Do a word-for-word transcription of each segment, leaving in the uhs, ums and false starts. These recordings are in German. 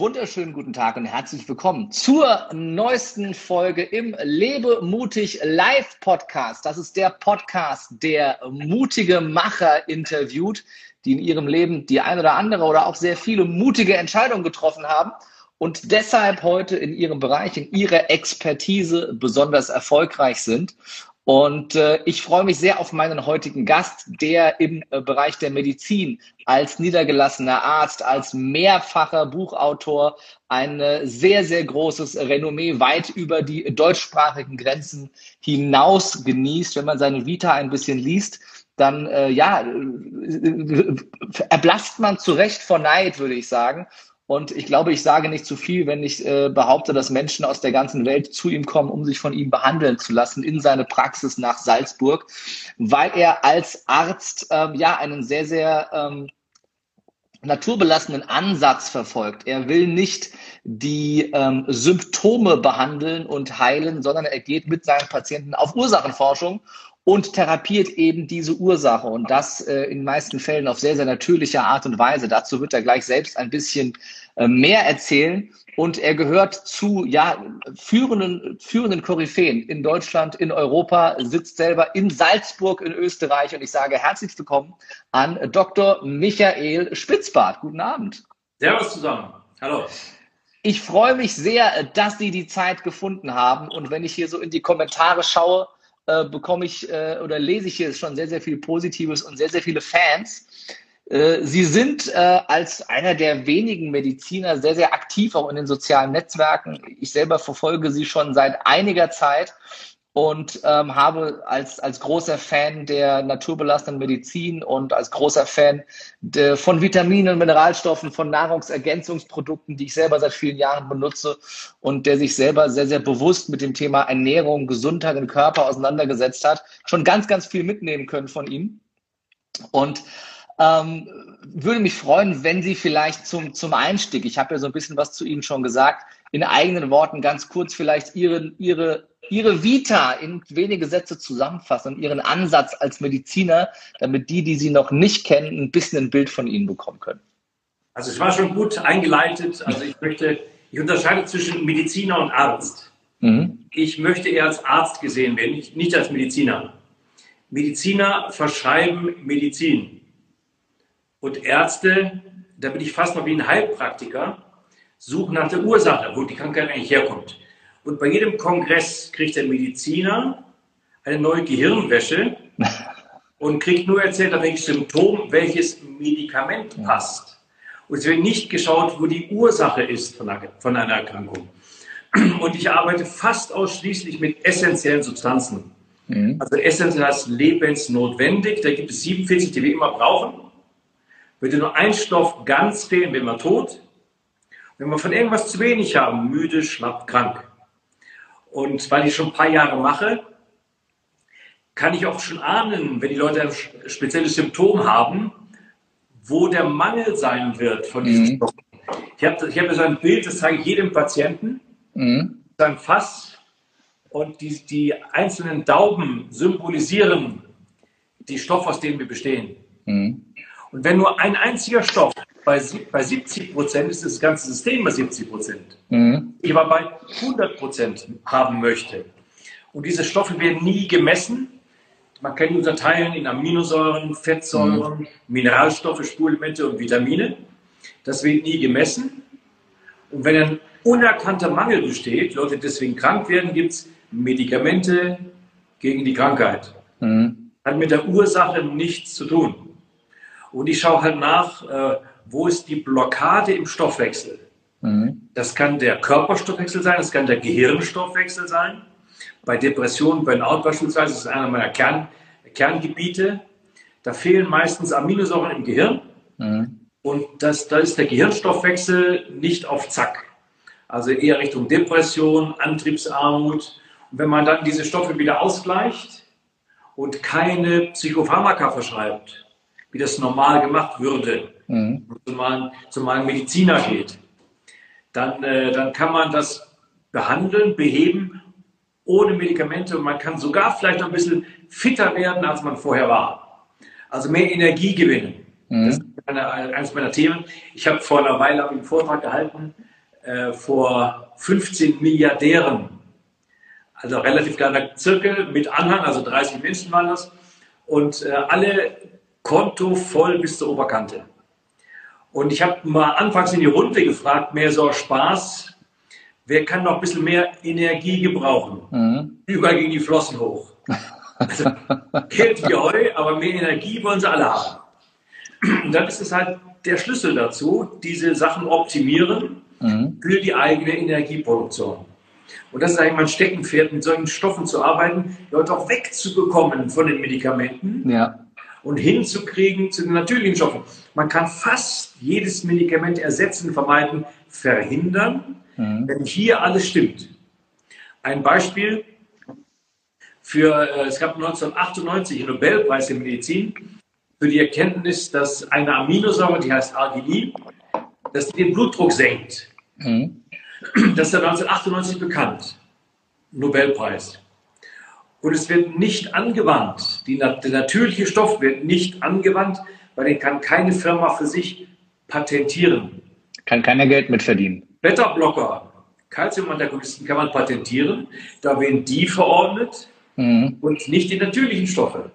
wunderschönen guten Tag und herzlich willkommen zur neuesten Folge im Lebe mutig Live Podcast. Das ist der Podcast, der mutige Macher interviewt, die in ihrem Leben die ein oder andere oder auch sehr viele mutige Entscheidungen getroffen haben und deshalb heute in ihrem Bereich, in ihrer Expertise besonders erfolgreich sind. Und äh, ich freue mich sehr auf meinen heutigen Gast, der im äh, Bereich der Medizin als niedergelassener Arzt, als mehrfacher Buchautor ein äh, sehr, sehr großes Renommee weit über die deutschsprachigen Grenzen hinaus genießt. Wenn man seine Vita ein bisschen liest, dann äh, ja, äh, erblasst man zu Recht vor Neid, würde ich sagen. Und ich glaube, ich sage nicht zu viel, wenn ich äh, behaupte, dass Menschen aus der ganzen Welt zu ihm kommen, um sich von ihm behandeln zu lassen in seine Praxis nach Salzburg, weil er als Arzt ähm, ja einen sehr, sehr ähm, naturbelassenen Ansatz verfolgt. Er will nicht die ähm, Symptome behandeln und heilen, sondern er geht mit seinen Patienten auf Ursachenforschung und therapiert eben diese Ursache und das äh, in den meisten Fällen auf sehr, sehr natürliche Art und Weise. Dazu wird er gleich selbst ein bisschen äh, mehr erzählen und er gehört zu ja, führenden, führenden Koryphäen in Deutschland, in Europa, sitzt selber in Salzburg in Österreich und ich sage herzlich willkommen an Doktor Michael Spitzbart. Guten Abend. Servus zusammen. Hallo. Ich freue mich sehr, dass Sie die Zeit gefunden haben und wenn ich hier so in die Kommentare schaue, Äh, bekomme ich äh, oder lese ich hier schon sehr, sehr viel Positives und sehr, sehr viele Fans. Äh, Sie sind äh, als einer der wenigen Mediziner sehr, sehr aktiv auch in den sozialen Netzwerken. Ich selber verfolge Sie schon seit einiger Zeit und ähm, habe als, als großer Fan der naturbelassenen Medizin und als großer Fan de, von Vitaminen und Mineralstoffen, von Nahrungsergänzungsprodukten, die ich selber seit vielen Jahren benutze und der sich selber sehr, sehr bewusst mit dem Thema Ernährung, Gesundheit im Körper auseinandergesetzt hat, schon ganz, ganz viel mitnehmen können von ihm. Und ähm, würde mich freuen, wenn Sie vielleicht zum, zum Einstieg, ich habe ja so ein bisschen was zu Ihnen schon gesagt, in eigenen Worten ganz kurz vielleicht Ihre, Ihre Ihre Vita in wenige Sätze zusammenfassen und Ihren Ansatz als Mediziner, damit die, die Sie noch nicht kennen, ein bisschen ein Bild von Ihnen bekommen können. Also ich war schon gut eingeleitet. Also ich möchte, ich unterscheide zwischen Mediziner und Arzt. Mhm. Ich möchte eher als Arzt gesehen werden, nicht, nicht als Mediziner. Mediziner verschreiben Medizin. Und Ärzte, da bin ich fast noch wie ein Heilpraktiker, suchen nach der Ursache, wo die Krankheit eigentlich herkommt. Und bei jedem Kongress kriegt der Mediziner eine neue Gehirnwäsche und kriegt nur erzählt, auf welches Symptom welches Medikament passt. Und es wird nicht geschaut, wo die Ursache ist von einer, von einer Erkrankung. Und ich arbeite fast ausschließlich mit essentiellen Substanzen. Mhm. Also essentiell heißt lebensnotwendig. Da gibt es siebenundvierzig, die wir immer brauchen. Würde nur ein Stoff ganz fehlen, wären wir tot. Wenn wir von irgendwas zu wenig haben, müde, schlapp, krank. Und weil ich schon ein paar Jahre mache, kann ich auch schon ahnen, wenn die Leute ein spezielles Symptom haben, wo der Mangel sein wird von diesem mhm. Stoff. Ich habe ich hab so ein Bild, das zeige ich jedem Patienten, mhm. ein Fass und die, die einzelnen Daumen symbolisieren die Stoffe, aus denen wir bestehen. Mhm. Und wenn nur ein einziger Stoff bei, bei siebzig Prozent ist, das ganze System bei siebzig Prozent. Mhm. Ich aber bei hundert Prozent haben möchte. Und diese Stoffe werden nie gemessen. Man kann die unterteilen in Aminosäuren, Fettsäuren, mhm. Mineralstoffe, Spurenelemente und Vitamine. Das wird nie gemessen. Und wenn ein unerkannter Mangel besteht, Leute deswegen krank werden, gibt es Medikamente gegen die Krankheit. Mhm. Hat mit der Ursache nichts zu tun. Und ich schaue halt nach, äh, wo ist die Blockade im Stoffwechsel. Mhm. Das kann der Körperstoffwechsel sein, das kann der Gehirnstoffwechsel sein. Bei Depressionen, Burnout beispielsweise, das ist einer meiner Kern, Kerngebiete. Da fehlen meistens Aminosäuren im Gehirn. Mhm. Und das, da ist der Gehirnstoffwechsel nicht auf Zack. Also eher Richtung Depression, Antriebsarmut. Und wenn man dann diese Stoffe wieder ausgleicht und keine Psychopharmaka verschreibt, wie das normal gemacht würde, mhm. zumal, zumal ein Mediziner geht, dann, äh, dann kann man das behandeln, beheben, ohne Medikamente und man kann sogar vielleicht noch ein bisschen fitter werden, als man vorher war. Also mehr Energie gewinnen. Mhm. Das ist eine, eines meiner Themen. Ich habe vor einer Weile einen Vortrag gehalten äh, vor fünfzehn Milliardären. Also relativ kleiner Zirkel mit Anhang, also dreißig Menschen waren das. Und äh, alle Konto voll bis zur Oberkante. Und ich habe mal anfangs in die Runde gefragt, mehr so Spaß, wer kann noch ein bisschen mehr Energie gebrauchen? Mhm. Überall gingen die Flossen hoch. Also, Geld wie Heu, aber mehr Energie wollen sie alle haben. Und dann ist es halt der Schlüssel dazu, diese Sachen optimieren mhm. für die eigene Energieproduktion. Und das ist eigentlich mein Steckenpferd, mit solchen Stoffen zu arbeiten, Leute auch wegzubekommen von den Medikamenten ja. und hinzukriegen zu den natürlichen Stoffen. Man kann fast jedes Medikament ersetzen, vermeiden, verhindern, mhm. wenn hier alles stimmt. Ein Beispiel für, es gab neunzehnhundertachtundneunzig einen Nobelpreis in Medizin für die Erkenntnis, dass eine Aminosäure, die heißt Arginin, dass die den Blutdruck senkt. Mhm. Das ist ja neunzehnhundertachtundneunzig bekannt. Nobelpreis. Und es wird nicht angewandt. Die, der natürliche Stoff wird nicht angewandt, weil den kann keine Firma für sich patentieren. Kann keiner Geld mit verdienen. Beta-Blocker, Calcium-Antagonisten kann man patentieren. Da werden die verordnet mhm. und nicht die natürlichen Stoffe.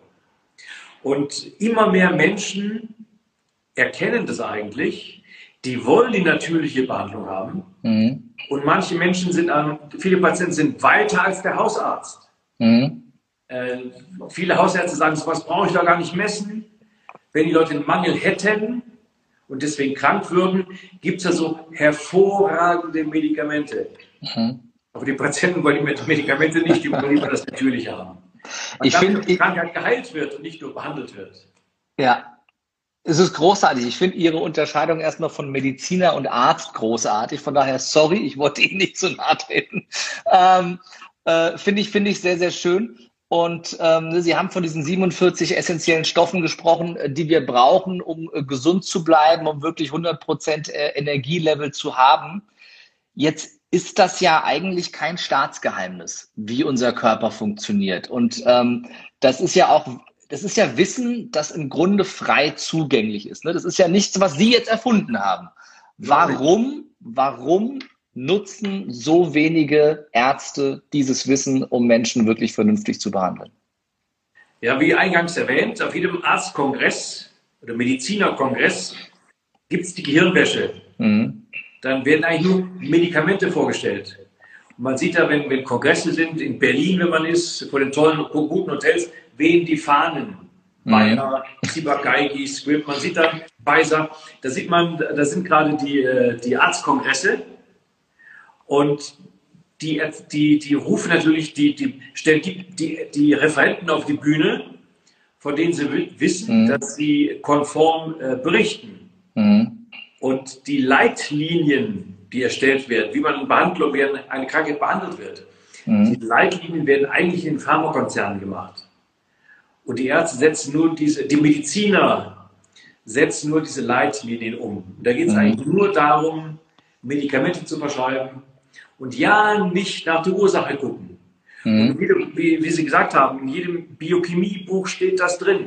Und immer mehr Menschen erkennen das eigentlich. Die wollen die natürliche Behandlung haben. Mhm. Und manche Menschen sind, viele Patienten sind weiter als der Hausarzt. Mhm. Äh, viele Hausärzte sagen, so was brauche ich da gar nicht messen. Wenn die Leute einen Mangel hätten und deswegen krank würden, gibt es ja so hervorragende Medikamente. Mhm. Aber die Patienten wollen die Medikamente nicht, die wollen lieber das Natürliche haben. Weil ich finde, die Krankheit geheilt wird und nicht nur behandelt wird. Ja. Es ist großartig. Ich finde Ihre Unterscheidung erstmal von Mediziner und Arzt großartig. Von daher, sorry, ich wollte Ihnen nicht zu nahe treten. Ähm, äh, finde ich, finde ich sehr, sehr schön. Und ähm, Sie haben von diesen siebenundvierzig essentiellen Stoffen gesprochen, die wir brauchen, um äh, gesund zu bleiben, um wirklich hundert Prozent äh, Energielevel zu haben. Jetzt ist das ja eigentlich kein Staatsgeheimnis, wie unser Körper funktioniert. Und ähm, das ist ja auch Das ist ja Wissen, das im Grunde frei zugänglich ist. Ne? Das ist ja nichts, was Sie jetzt erfunden haben. Warum, warum nutzen so wenige Ärzte dieses Wissen, um Menschen wirklich vernünftig zu behandeln? Ja, wie eingangs erwähnt, auf jedem Arztkongress oder Medizinerkongress gibt es die Gehirnwäsche. Mhm. Dann werden eigentlich nur Medikamente vorgestellt. Und man sieht ja, wenn, wenn Kongresse sind, in Berlin, wenn man ist, vor den tollen, guten Hotels, wehen die Fahnen. Bayer, Ciba-Geigy, Script, man sieht dann Pfizer, da sieht man, da sind gerade die, die Arztkongresse und die, die, die rufen natürlich, die, die stellen die, die, die Referenten auf die Bühne, von denen sie wissen, mhm. dass sie konform äh, berichten. Mhm. Und die Leitlinien, die erstellt werden, wie man in Behandlung, wie eine Krankheit behandelt wird, mhm. die Leitlinien werden eigentlich in Pharmakonzernen gemacht. Und die Ärzte setzen nur diese, die Mediziner setzen nur diese Leitlinien um. Und da geht es mhm. eigentlich nur darum, Medikamente zu verschreiben und ja nicht nach der Ursache gucken. Mhm. Und wie, wie, wie Sie gesagt haben, in jedem Biochemiebuch steht das drin.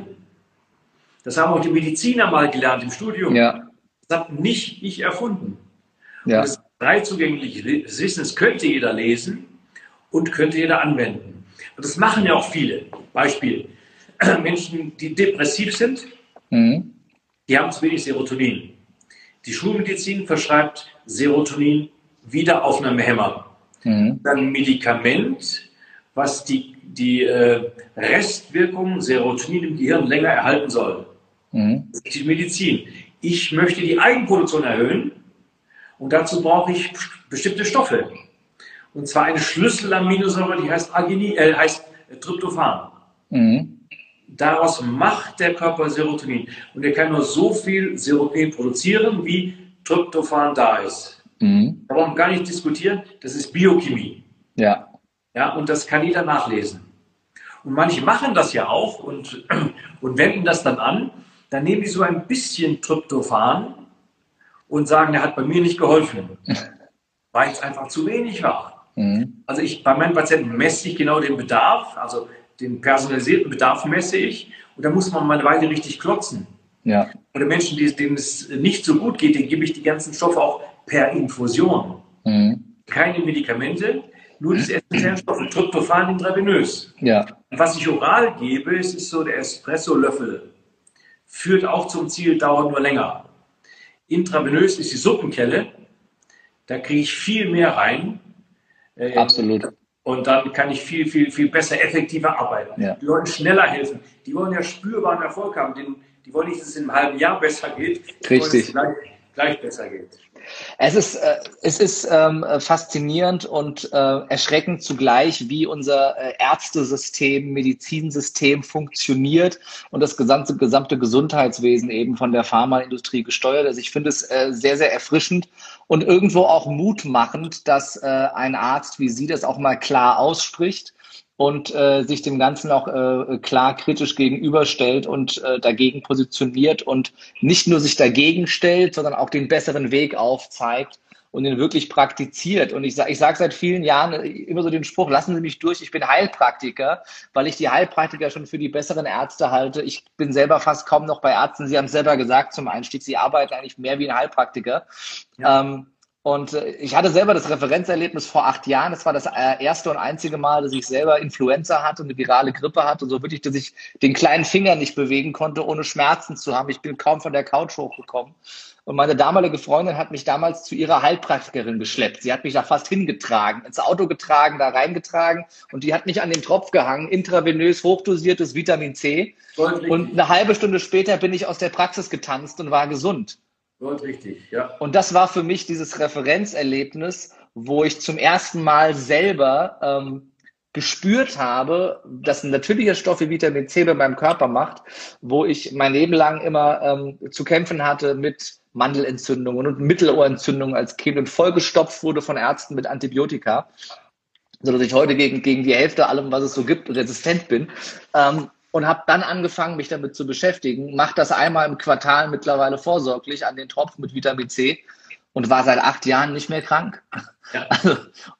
Das haben auch die Mediziner mal gelernt im Studium. Ja. Das hat nicht ich erfunden. Ja. Und das frei zugängliche Wissen, das könnte jeder lesen und könnte jeder anwenden. Und das machen ja auch viele. Beispiel. Menschen, die depressiv sind, mhm. die haben zu wenig Serotonin. Die Schulmedizin verschreibt Serotonin wieder auf einem Hämmer. Mhm. Dann ein Medikament, was die, die äh, Restwirkung Serotonin im Gehirn länger erhalten soll. Mhm. Das ist die Medizin. Ich möchte die Eigenproduktion erhöhen und dazu brauche ich bestimmte Stoffe. Und zwar eine Schlüsselaminosäure, die heißt, Arginin, äh, heißt Tryptophan. Mhm. Daraus macht der Körper Serotonin. Und er kann nur so viel Serotonin produzieren, wie Tryptophan da ist. Mhm. Da brauchen wir gar nicht diskutieren. Das ist Biochemie. Ja. Ja, und das kann jeder nachlesen. Und manche machen das ja auch und, und wenden das dann an. Dann nehmen die so ein bisschen Tryptophan und sagen, der hat bei mir nicht geholfen. Weil es einfach zu wenig war. Mhm. Also ich, bei meinen Patienten messe ich genau den Bedarf, also den personalisierten Bedarf messe ich und da muss man mal eine Weile richtig klotzen. Ja. Oder Menschen, denen es nicht so gut geht, denen gebe ich die ganzen Stoffe auch per Infusion. Mhm. Keine Medikamente, nur diese essentiellen Stoffe, Tryptophan intravenös. Ja. Was ich oral gebe, es ist so der Espresso-Löffel, führt auch zum Ziel, dauert nur länger. Intravenös ist die Suppenkelle, da kriege ich viel mehr rein. Äh, Absolut. Und dann kann ich viel, viel, viel besser, effektiver arbeiten. Ja. Die Leuten schneller helfen. Die wollen ja spürbaren Erfolg haben. Die, die wollen nicht, dass es in einem halben Jahr besser geht. Die Richtig. Wollen, dass es gleich, gleich besser geht. Es ist, äh, es ist ähm, faszinierend und äh, erschreckend zugleich, wie unser äh, Ärztesystem, Medizinsystem funktioniert und das gesamte, gesamte Gesundheitswesen eben von der Pharmaindustrie gesteuert ist. Ich finde es äh, sehr, sehr erfrischend und irgendwo auch mutmachend, dass äh, ein Arzt wie Sie das auch mal klar ausspricht und äh, sich dem Ganzen auch äh, klar kritisch gegenüberstellt und äh, dagegen positioniert und nicht nur sich dagegen stellt, sondern auch den besseren Weg aufzeigt und den wirklich praktiziert. Und ich sage ich sag seit vielen Jahren immer so den Spruch, lassen Sie mich durch, ich bin Heilpraktiker, weil ich die Heilpraktiker schon für die besseren Ärzte halte. Ich bin selber fast kaum noch bei Ärzten. Sie haben es selber gesagt zum Einstieg, Sie arbeiten eigentlich mehr wie ein Heilpraktiker. Ja. Ähm, Und ich hatte selber das Referenzerlebnis vor acht Jahren. Das war das erste und einzige Mal, dass ich selber Influenza hatte und eine virale Grippe hatte. Und so wirklich, dass ich den kleinen Finger nicht bewegen konnte, ohne Schmerzen zu haben. Ich bin kaum von der Couch hochgekommen. Und meine damalige Freundin hat mich damals zu ihrer Heilpraktikerin geschleppt. Sie hat mich da fast hingetragen, ins Auto getragen, da reingetragen. Und die hat mich an den Tropf gehangen, intravenös hochdosiertes Vitamin C. Und eine halbe Stunde später bin ich aus der Praxis getanzt und war gesund. Richtig, ja. Und das war für mich dieses Referenzerlebnis, wo ich zum ersten Mal selber ähm, gespürt habe, dass ein natürlicher Stoff wie Vitamin C bei meinem Körper macht, wo ich mein Leben lang immer ähm, zu kämpfen hatte mit Mandelentzündungen und Mittelohrentzündungen als Kind und vollgestopft wurde von Ärzten mit Antibiotika, sodass ich heute gegen, gegen die Hälfte allem, was es so gibt, resistent bin. Ähm, Und habe dann angefangen, mich damit zu beschäftigen. Mache das einmal im Quartal mittlerweile vorsorglich an den Tropf mit Vitamin C und war seit acht Jahren nicht mehr krank. Ja. Also,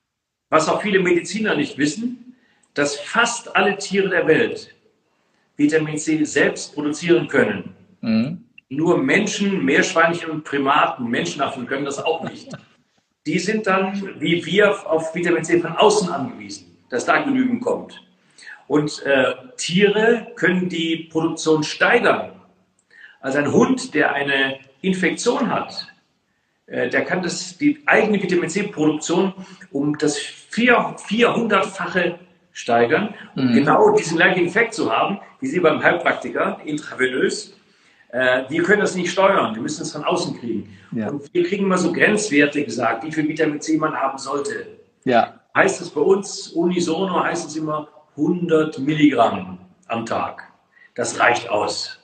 was auch viele Mediziner nicht wissen, dass fast alle Tiere der Welt Vitamin C selbst produzieren können. Mhm. Nur Menschen, Meerschweinchen und Primaten, Menschenaffen können das auch nicht. Die sind dann, wie wir, auf Vitamin C von außen angewiesen, dass da genügend kommt. Und äh, Tiere können die Produktion steigern. Also ein Hund, der eine Infektion hat, äh, der kann das, die eigene Vitamin C-Produktion um das vierhundertfache steigern, um mhm. genau diesen gleichen Effekt zu haben, wie Sie beim Heilpraktiker, intravenös. Äh, wir können das nicht steuern, wir müssen es von außen kriegen. Ja. Und wir kriegen immer so Grenzwerte gesagt, wie viel Vitamin C man haben sollte. Ja. Heißt es bei uns, unisono heißt es immer, hundert Milligramm am Tag. Das reicht aus.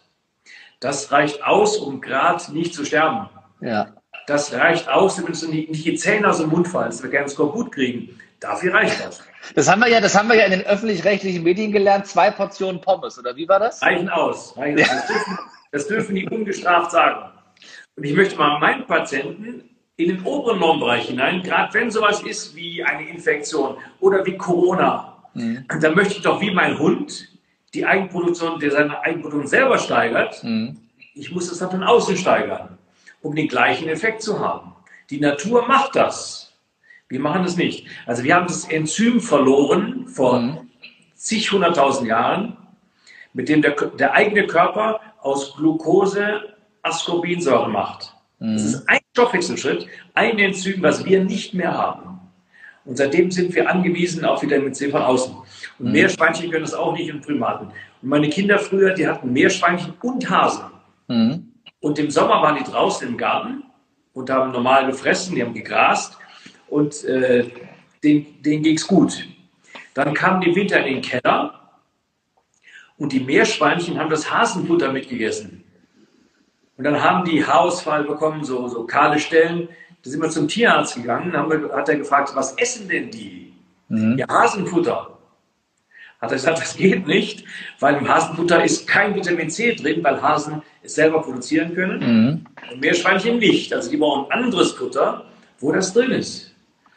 Das reicht aus, um gerade nicht zu sterben. Ja. Das reicht aus, damit uns nicht, nicht die Zähne aus dem Mund fallen, dass wir gerne Skorbut kriegen. Dafür reicht das. Das haben wir ja, das haben wir ja in den öffentlich-rechtlichen Medien gelernt. Zwei Portionen Pommes, oder wie war das? Reichen aus. Reichen aus. Das, dürfen, das dürfen die ungestraft sagen. Und ich möchte mal meinen Patienten in den oberen Normbereich hinein, gerade wenn sowas ist wie eine Infektion oder wie Corona, Mhm. dann möchte ich doch wie mein Hund die Eigenproduktion, der seine Eigenproduktion selber steigert, mhm. ich muss das dann von außen steigern, um den gleichen Effekt zu haben. Die Natur macht das. Wir machen das nicht. Also wir haben das Enzym verloren vor mhm. zig hunderttausend Jahren, mit dem der, der eigene Körper aus Glucose Ascorbinsäure macht. Mhm. Das ist ein Stoffwechselschritt, ein Enzym, was wir nicht mehr haben. Und seitdem sind wir angewiesen auf Vitamin C von außen. Und mhm. Meerschweinchen können das auch nicht und Primaten. Und meine Kinder früher, die hatten Meerschweinchen und Hasen. Mhm. Und im Sommer waren die draußen im Garten und haben normal gefressen, die haben gegrast und äh, denen, denen ging es gut. Dann kamen die Winter in den Keller und die Meerschweinchen haben das Hasenfutter mitgegessen. Und dann haben die Haarausfall bekommen, so, so kahle Stellen. Da sind wir zum Tierarzt gegangen, haben wir, hat er gefragt, was essen denn die? Mhm. Ja, Hasenfutter. Hat er gesagt, das geht nicht, weil im Hasenfutter ist kein Vitamin C drin, weil Hasen es selber produzieren können. Mhm. Und Meerschweinchen nicht. Also die brauchen anderes Futter, wo das drin ist.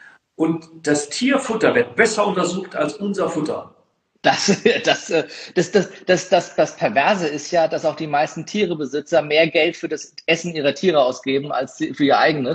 Und das Tierfutter wird besser untersucht als unser Futter. Das, das, das, das, das, das, das Perverse ist ja, dass auch die meisten Tierebesitzer mehr Geld für das Essen ihrer Tiere ausgeben als für ihr eigenes.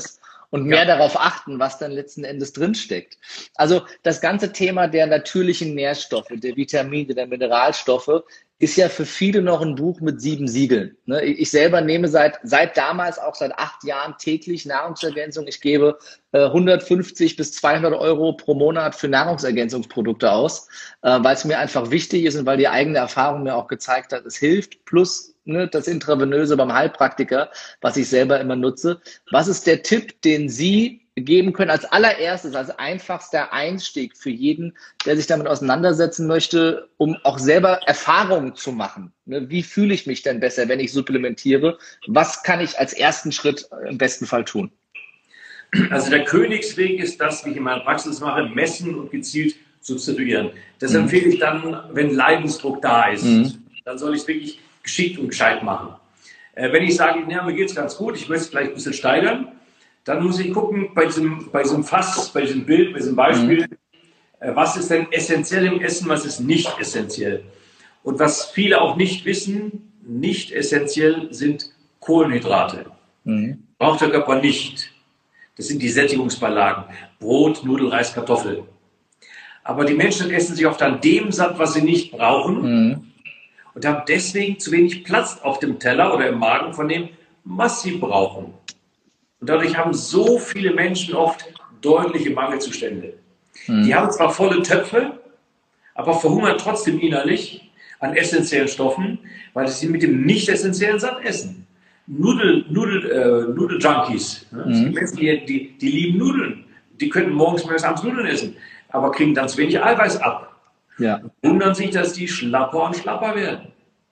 und mehr Ja. darauf achten, was dann letzten Endes drinsteckt. Also das ganze Thema der natürlichen Nährstoffe, der Vitamine, der Mineralstoffe ist ja für viele noch ein Buch mit sieben Siegeln. Ne? Ich selber nehme seit, seit damals, auch seit acht Jahren täglich Nahrungsergänzung. Ich gebe äh, hundertfünfzig bis zweihundert Euro pro Monat für Nahrungsergänzungsprodukte aus, äh, weil es mir einfach wichtig ist und weil die eigene Erfahrung mir auch gezeigt hat, es hilft. Plus ne, das Intravenöse beim Heilpraktiker, was ich selber immer nutze. Was ist der Tipp, den Sie geben können als allererstes, als einfachster Einstieg für jeden, der sich damit auseinandersetzen möchte, um auch selber Erfahrungen zu machen? Ne, wie fühle ich mich denn besser, wenn ich supplementiere? Was kann ich als ersten Schritt im besten Fall tun? Also der Königsweg ist das, wie ich in meiner Praxis mache, messen und gezielt substituieren. Das mhm. empfehle ich dann, wenn Leidensdruck da ist. Mhm. Dann soll ich es wirklich geschickt und gescheit machen. Äh, wenn ich sage, ja, mir geht es ganz gut, ich möchte es vielleicht ein bisschen steigern, dann muss ich gucken, bei diesem, bei diesem Fass, bei diesem Bild, bei diesem Beispiel, mhm. äh, was ist denn essentiell im Essen, was ist nicht essentiell. Und was viele auch nicht wissen, nicht essentiell sind Kohlenhydrate. Mhm. Braucht der Körper nicht. Das sind die Sättigungsbeilagen. Brot, Nudel, Reis, Kartoffel. Aber die Menschen essen sich oft an dem satt, was sie nicht brauchen. Mhm. Und haben deswegen zu wenig Platz auf dem Teller oder im Magen von dem, was sie brauchen. Und dadurch haben so viele Menschen oft deutliche Mangelzustände. Mhm. Die haben zwar volle Töpfe, aber verhungern trotzdem innerlich an essentiellen Stoffen, weil sie mit dem nicht essentiellen satt essen. Nudel, Nudel, äh, Nudel-Junkies, ne? Mhm. Die Menschen, die, die, die lieben Nudeln. Die könnten morgens, mittags, abends Nudeln essen, aber kriegen dann zu wenig Eiweiß ab. Ja. Wundern sich, dass die schlapper und schlapper werden.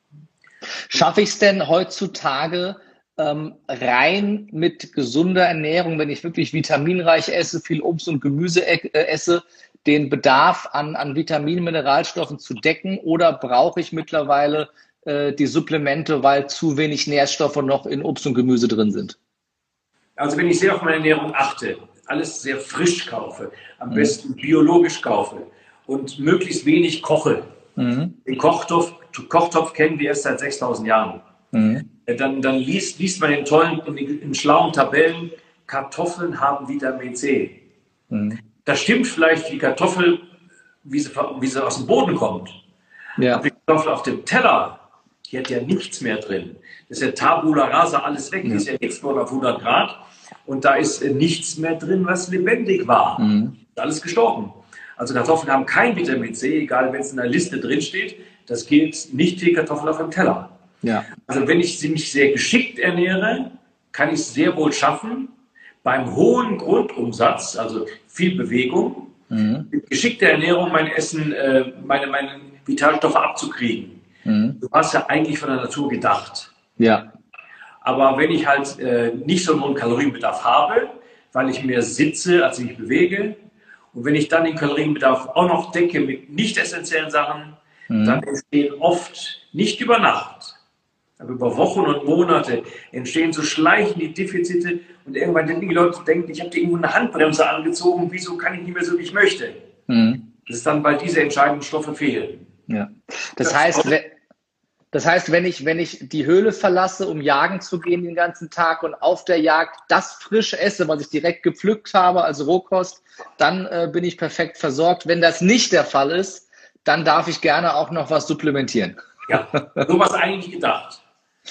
Schaffe ich es denn heutzutage ähm, rein mit gesunder Ernährung, wenn ich wirklich vitaminreich esse, viel Obst und Gemüse äh, esse, den Bedarf an, an Vitaminen, Mineralstoffen zu decken? Oder brauche ich mittlerweile äh, die Supplemente, weil zu wenig Nährstoffe noch in Obst und Gemüse drin sind? Also wenn ich sehr auf meine Ernährung achte, alles sehr frisch kaufe, am mhm. besten biologisch kaufe, und möglichst wenig koche. Mhm. Den Kochtopf, Kochtopf kennen wir erst seit sechstausend Jahren. Mhm. Dann, dann liest, liest man in tollen, in, in schlauen Tabellen, Kartoffeln haben Vitamin C. Mhm. Das stimmt vielleicht, die Kartoffel, wie sie, wie sie aus dem Boden kommt. Ja. Aber die Kartoffel auf dem Teller, die hat ja nichts mehr drin. Das ist ja Tabula rasa, alles weg. Mhm. Die ist ja nichts worden auf hundert Grad. Und da ist nichts mehr drin, was lebendig war. Mhm. Ist alles gestorben. Also Kartoffeln haben kein Vitamin C, egal wenn es in der Liste drin steht. Das gilt nicht für die Kartoffeln auf dem Teller. Ja. Also wenn ich sie mich sehr geschickt ernähre, kann ich es sehr wohl schaffen, beim hohen Grundumsatz, also viel Bewegung, mhm. mit geschickter Ernährung mein Essen, äh, meine, meine Vitalstoffe abzukriegen. Mhm. Du hast ja eigentlich von der Natur gedacht. Ja. Aber wenn ich halt äh, nicht so einen hohen Kalorienbedarf habe, weil ich mehr sitze, als ich mich bewege, und wenn ich dann den Kalorienbedarf auch noch decke mit nicht essentiellen Sachen, mhm. dann entstehen oft, nicht über Nacht, aber über Wochen und Monate, entstehen so schleichende Defizite und irgendwann denken die Leute, denken, ich habe dir irgendwo eine Handbremse angezogen, wieso kann ich nicht mehr so, wie ich möchte? Mhm. Das ist dann, weil diese entscheidenden Stoffe fehlen. Ja. Das, das heißt, wenn, das heißt, wenn ich, wenn ich die Höhle verlasse, um jagen zu gehen den ganzen Tag und auf der Jagd das frisch esse, was ich direkt gepflückt habe als Rohkost, dann äh, bin ich perfekt versorgt. Wenn das nicht der Fall ist, dann darf ich gerne auch noch was supplementieren. Ja, so was eigentlich gedacht.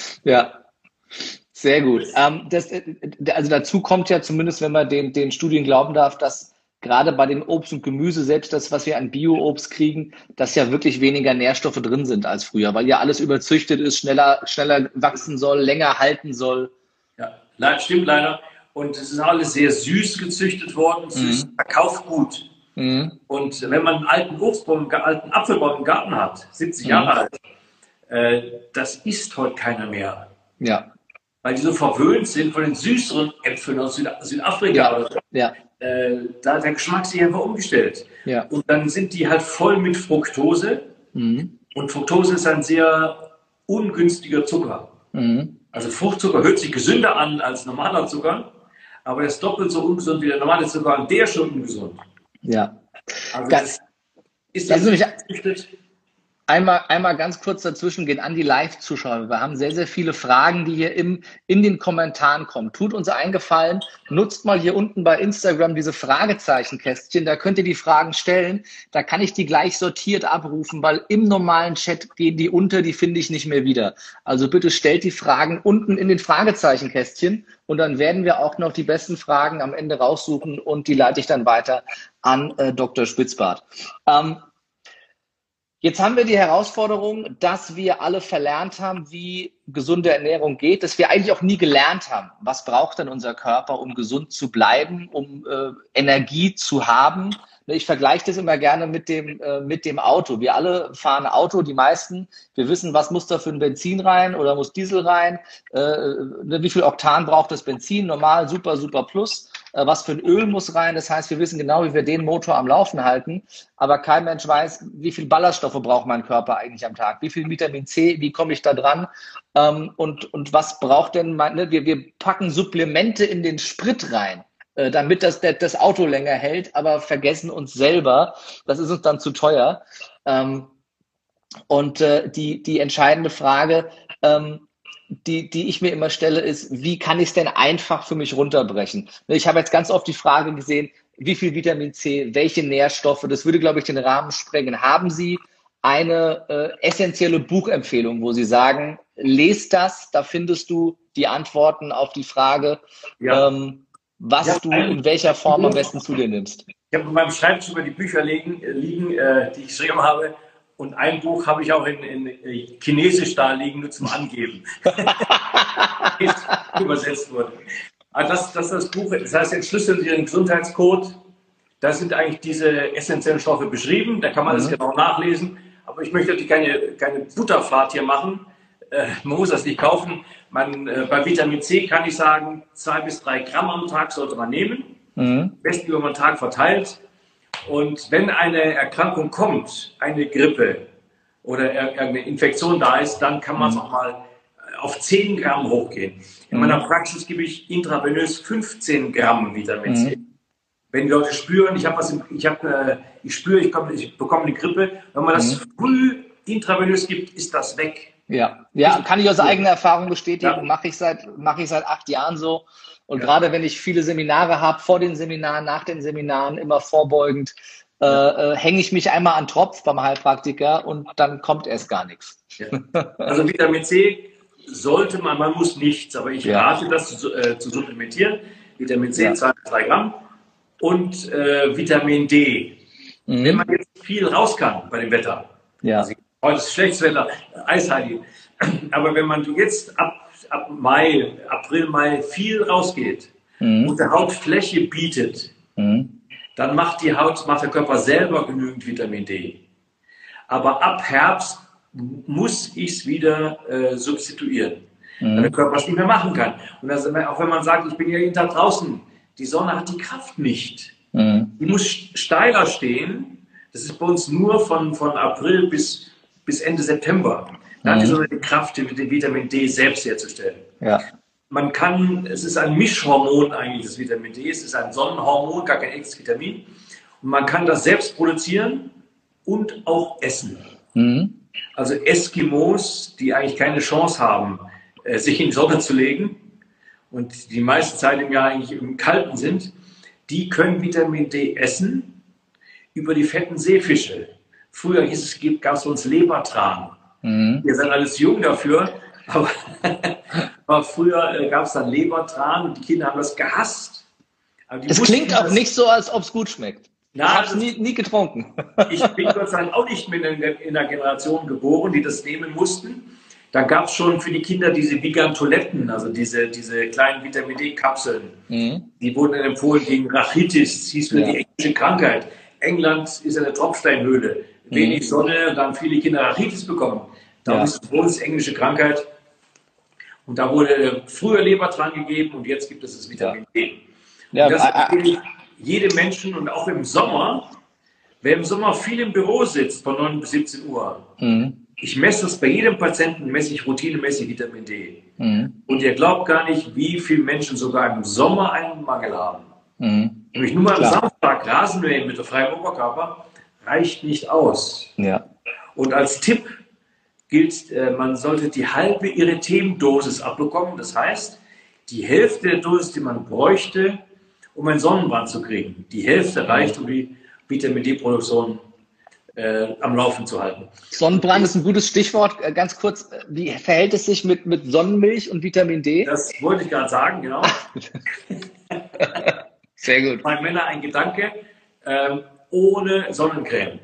Ja, sehr gut. Ähm, das, also dazu kommt ja zumindest, wenn man den, den Studien glauben darf, dass gerade bei dem Obst und Gemüse, selbst das, was wir an Bio-Obst kriegen, dass ja wirklich weniger Nährstoffe drin sind als früher, weil ja alles überzüchtet ist, schneller, schneller wachsen soll, länger halten soll. Ja, stimmt leider. Und es ist alles sehr süß gezüchtet worden, süß, mhm. verkauft gut. Mhm. Und wenn man einen alten Obstbaum, einen alten Apfelbaum im Garten hat, siebzig mhm. Jahre alt, äh, das isst heute keiner mehr. Ja. Weil die so verwöhnt sind von den süßeren Äpfeln aus Süd Südafrika. Ja. Oder so. Ja. Äh, da hat der Geschmack sich einfach umgestellt. Ja. Und dann sind die halt voll mit Fructose. Mhm. Und Fructose ist ein sehr ungünstiger Zucker. Mhm. Also Fruchtzucker hört sich gesünder an als normaler Zucker, aber er ist doppelt so ungesund wie der normale Zucker und der ist schon ungesund. Ja. Also das, das ist das nicht gezüchtet. Einmal, einmal ganz kurz dazwischen gehen an die Live-Zuschauer. Wir haben sehr, sehr viele Fragen, die hier im, in den Kommentaren kommen. Tut uns einen Gefallen, nutzt mal hier unten bei Instagram diese Fragezeichenkästchen. Da könnt ihr die Fragen stellen. Da kann ich die gleich sortiert abrufen, weil im normalen Chat gehen die unter, die finde ich nicht mehr wieder. Also bitte stellt die Fragen unten in den Fragezeichenkästchen und dann werden wir auch noch die besten Fragen am Ende raussuchen und die leite ich dann weiter an äh, Doktor Spitzbart. Ähm, Jetzt haben wir die Herausforderung, dass wir alle verlernt haben, wie gesunde Ernährung geht, dass wir eigentlich auch nie gelernt haben, was braucht denn unser Körper, um gesund zu bleiben, um äh, Energie zu haben. Ich vergleiche das immer gerne mit dem, äh, mit dem Auto. Wir alle fahren Auto, die meisten. Wir wissen, was muss da für ein Benzin rein oder muss Diesel rein, äh, wie viel Oktan braucht das Benzin, normal, super, super plus. Was für ein Öl muss rein. Das heißt, wir wissen genau, wie wir den Motor am Laufen halten. Aber kein Mensch weiß, wie viel Ballaststoffe braucht mein Körper eigentlich am Tag? Wie viel Vitamin C? Wie komme ich da dran? Ähm, und, und was braucht denn mein, ne? wir, wir packen Supplemente in den Sprit rein, äh, damit das, das Auto länger hält, aber vergessen uns selber. Das ist uns dann zu teuer. Ähm, und äh, die, die entscheidende Frage, ähm, Die, die ich mir immer stelle, ist, wie kann ich es denn einfach für mich runterbrechen? Ich habe jetzt ganz oft die Frage gesehen, wie viel Vitamin C, welche Nährstoffe, das würde, glaube ich, den Rahmen sprengen. Haben Sie eine äh, essentielle Buchempfehlung, wo Sie sagen, lest das, da findest du die Antworten auf die Frage, ja. ähm, was ja, du in welcher Form am besten zu dir nimmst? Ich habe in meinem Schreibtisch über die Bücher liegen, liegen äh, die ich geschrieben habe. Und ein Buch habe ich auch in, in Chinesisch da liegen, nur zum Angeben. Übersetzt wurde. Also das, das ist das Buch, das heißt, entschlüsseln Sie Ihren Gesundheitscode. Da sind eigentlich diese essentiellen Stoffe beschrieben, da kann man mhm. das genau nachlesen. Aber ich möchte natürlich keine, keine Butterfahrt hier machen. Äh, man muss das nicht kaufen. Man, äh, bei Vitamin C kann ich sagen, zwei bis drei Gramm am Tag sollte man nehmen. Mhm. Am besten über den Tag verteilt. Und wenn eine Erkrankung kommt, eine Grippe oder eine Infektion da ist, dann kann man es auch mal auf zehn Gramm hochgehen. In meiner Praxis gebe ich intravenös fünfzehn Gramm Vitamin C. Mhm. Wenn die Leute spüren, ich habe was, im, ich habe, ich spüre, ich, komm, ich bekomme eine Grippe, wenn man das mhm. früh intravenös gibt, ist das weg. Ja, ja, kann ich aus eigener Erfahrung bestätigen. Ja. Mache ich seit, mache ich seit acht Jahren so. Und ja. gerade wenn ich viele Seminare habe, vor den Seminaren, nach den Seminaren, immer vorbeugend, ja. äh, hänge ich mich einmal an Tropf beim Heilpraktiker und dann kommt erst gar nichts. Ja. Also Vitamin C sollte man, man muss nichts, aber ich ja. rate, das zu, äh, zu supplementieren. Vitamin C, ja. zwei bis drei Gramm und äh, Vitamin D. Mhm. Wenn man jetzt viel raus kann bei dem Wetter, ja. also heute ist schlechtes Wetter, Eisheiligen, aber wenn man jetzt ab ab Mai, April, Mai viel rausgeht mhm. und der Haut Fläche bietet, mhm. dann macht die Haut, macht der Körper selber genügend Vitamin D. Aber ab Herbst muss ich es wieder äh, substituieren, mhm. weil der Körper es nicht mehr machen kann. Und das, auch wenn man sagt, ich bin ja jeden Tag draußen, die Sonne hat die Kraft nicht. Mhm. Die muss steiler stehen. Das ist bei uns nur von, von April bis, bis Ende September. Da hat die Sonne die Kraft, den Vitamin D selbst herzustellen. Ja. Man kann, es ist ein Mischhormon eigentlich, das Vitamin D. Es ist ein Sonnenhormon, gar kein echtes Vitamin. Und man kann das selbst produzieren und auch essen. Mhm. Also Eskimos, die eigentlich keine Chance haben, sich in die Sonne zu legen und die meiste Zeit im Jahr eigentlich im Kalten sind, die können Vitamin D essen über die fetten Seefische. Früher hieß es, gab es uns Lebertran. Mhm. Ihr seid alles jung dafür, aber, aber früher äh, gab es dann Lebertran und die Kinder haben das gehasst. Es klingt auch das, nicht so, als ob es gut schmeckt. Na, ich habe es nie, nie getrunken. Ich bin Gott sei Dank auch nicht mehr in, in einer Generation geboren, die das nehmen mussten. Da gab es schon für die Kinder diese Vigantoletten, also diese, diese kleinen Vitamin D-Kapseln. Mhm. Die wurden empfohlen gegen Rachitis, das hieß für ja. die englische Krankheit. England ist eine Tropfsteinhöhle. Wenig mhm. Sonne, dann viele Kinder Rachitis bekommen. Da ja. ist wohl das englische Krankheit. Und da wurde früher Lebertran gegeben und jetzt gibt es das Vitamin ja. D. Ja, und das empfehle ich jedem Menschen und auch im Sommer. Wer im Sommer viel im Büro sitzt, von neun bis siebzehn Uhr, mhm. ich messe das bei jedem Patienten, messe ich routinemäßig Vitamin D. Mhm. Und ihr glaubt gar nicht, wie viele Menschen sogar im Sommer einen Mangel haben. Mhm. Nämlich nur mal am Samstag Rasenmähen mit dem freien Oberkörper reicht nicht aus. Ja. Und als Tipp gilt, äh, man sollte die halbe Erythem-Dosis abbekommen. Das heißt, die Hälfte der Dosis, die man bräuchte, um einen Sonnenbrand zu kriegen. Die Hälfte reicht, um die Vitamin D-Produktion äh, am Laufen zu halten. Sonnenbrand ist ein gutes Stichwort. Ganz kurz, wie verhält es sich mit, mit Sonnenmilch und Vitamin D? Das wollte ich gerade sagen, genau. Sehr gut. Bei Männern ein Gedanke, ähm, ohne Sonnencreme.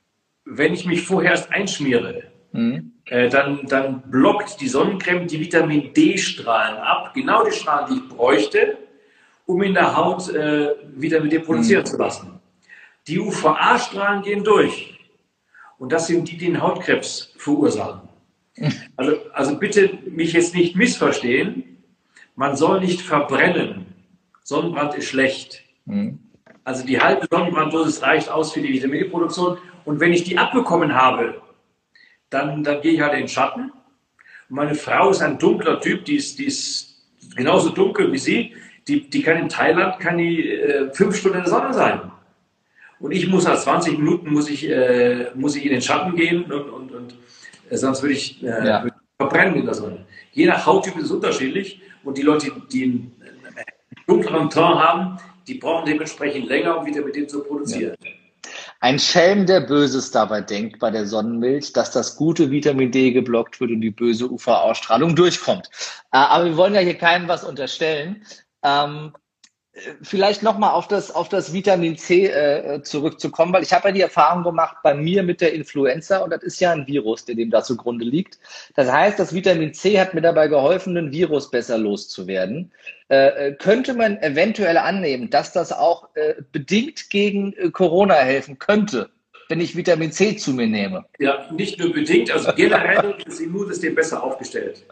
Wenn ich mich vorher erst einschmiere, mhm. äh, dann, dann blockt die Sonnencreme die Vitamin D-Strahlen ab. Genau die Strahlen, die ich bräuchte, um in der Haut äh, Vitamin D produzieren mhm. zu lassen. Die U V A-Strahlen gehen durch. Und das sind die, die den Hautkrebs verursachen. Also, also bitte mich jetzt nicht missverstehen. Man soll nicht verbrennen. Sonnenbrand ist schlecht. Mhm. Also die halbe Sonnenbranddosis reicht aus für die Vitamin D-Produktion. Und wenn ich die abbekommen habe, dann, dann gehe ich halt in den Schatten. Und meine Frau ist ein dunkler Typ, die ist, die ist genauso dunkel wie sie. Die, die kann in Thailand kann die, äh, fünf Stunden in der Sonne sein. Und ich muss nach zwanzig Minuten muss ich, äh, muss ich in den Schatten gehen und, und, und äh, sonst würde ich, äh, ja. würde ich verbrennen in der Sonne. Je nach Hauttyp ist es unterschiedlich und die Leute, die einen dunkleren Ton haben, die brauchen dementsprechend länger, um Vitamin D zu produzieren. Ja. Ein Schelm, der Böses dabei denkt bei der Sonnenmilch, dass das gute Vitamin D geblockt wird und die böse U V A-Strahlung durchkommt. Äh, aber wir wollen ja hier keinem was unterstellen. Ähm, Vielleicht nochmal auf das, auf das Vitamin C äh, zurückzukommen, weil ich habe ja die Erfahrung gemacht bei mir mit der Influenza und das ist ja ein Virus, der dem da zugrunde liegt. Das heißt, das Vitamin C hat mir dabei geholfen, ein Virus besser loszuwerden. Äh, könnte man eventuell annehmen, dass das auch äh, bedingt gegen äh, Corona helfen könnte, wenn ich Vitamin C zu mir nehme? Ja, nicht nur bedingt, also generell ist das Immunsystem besser aufgestellt.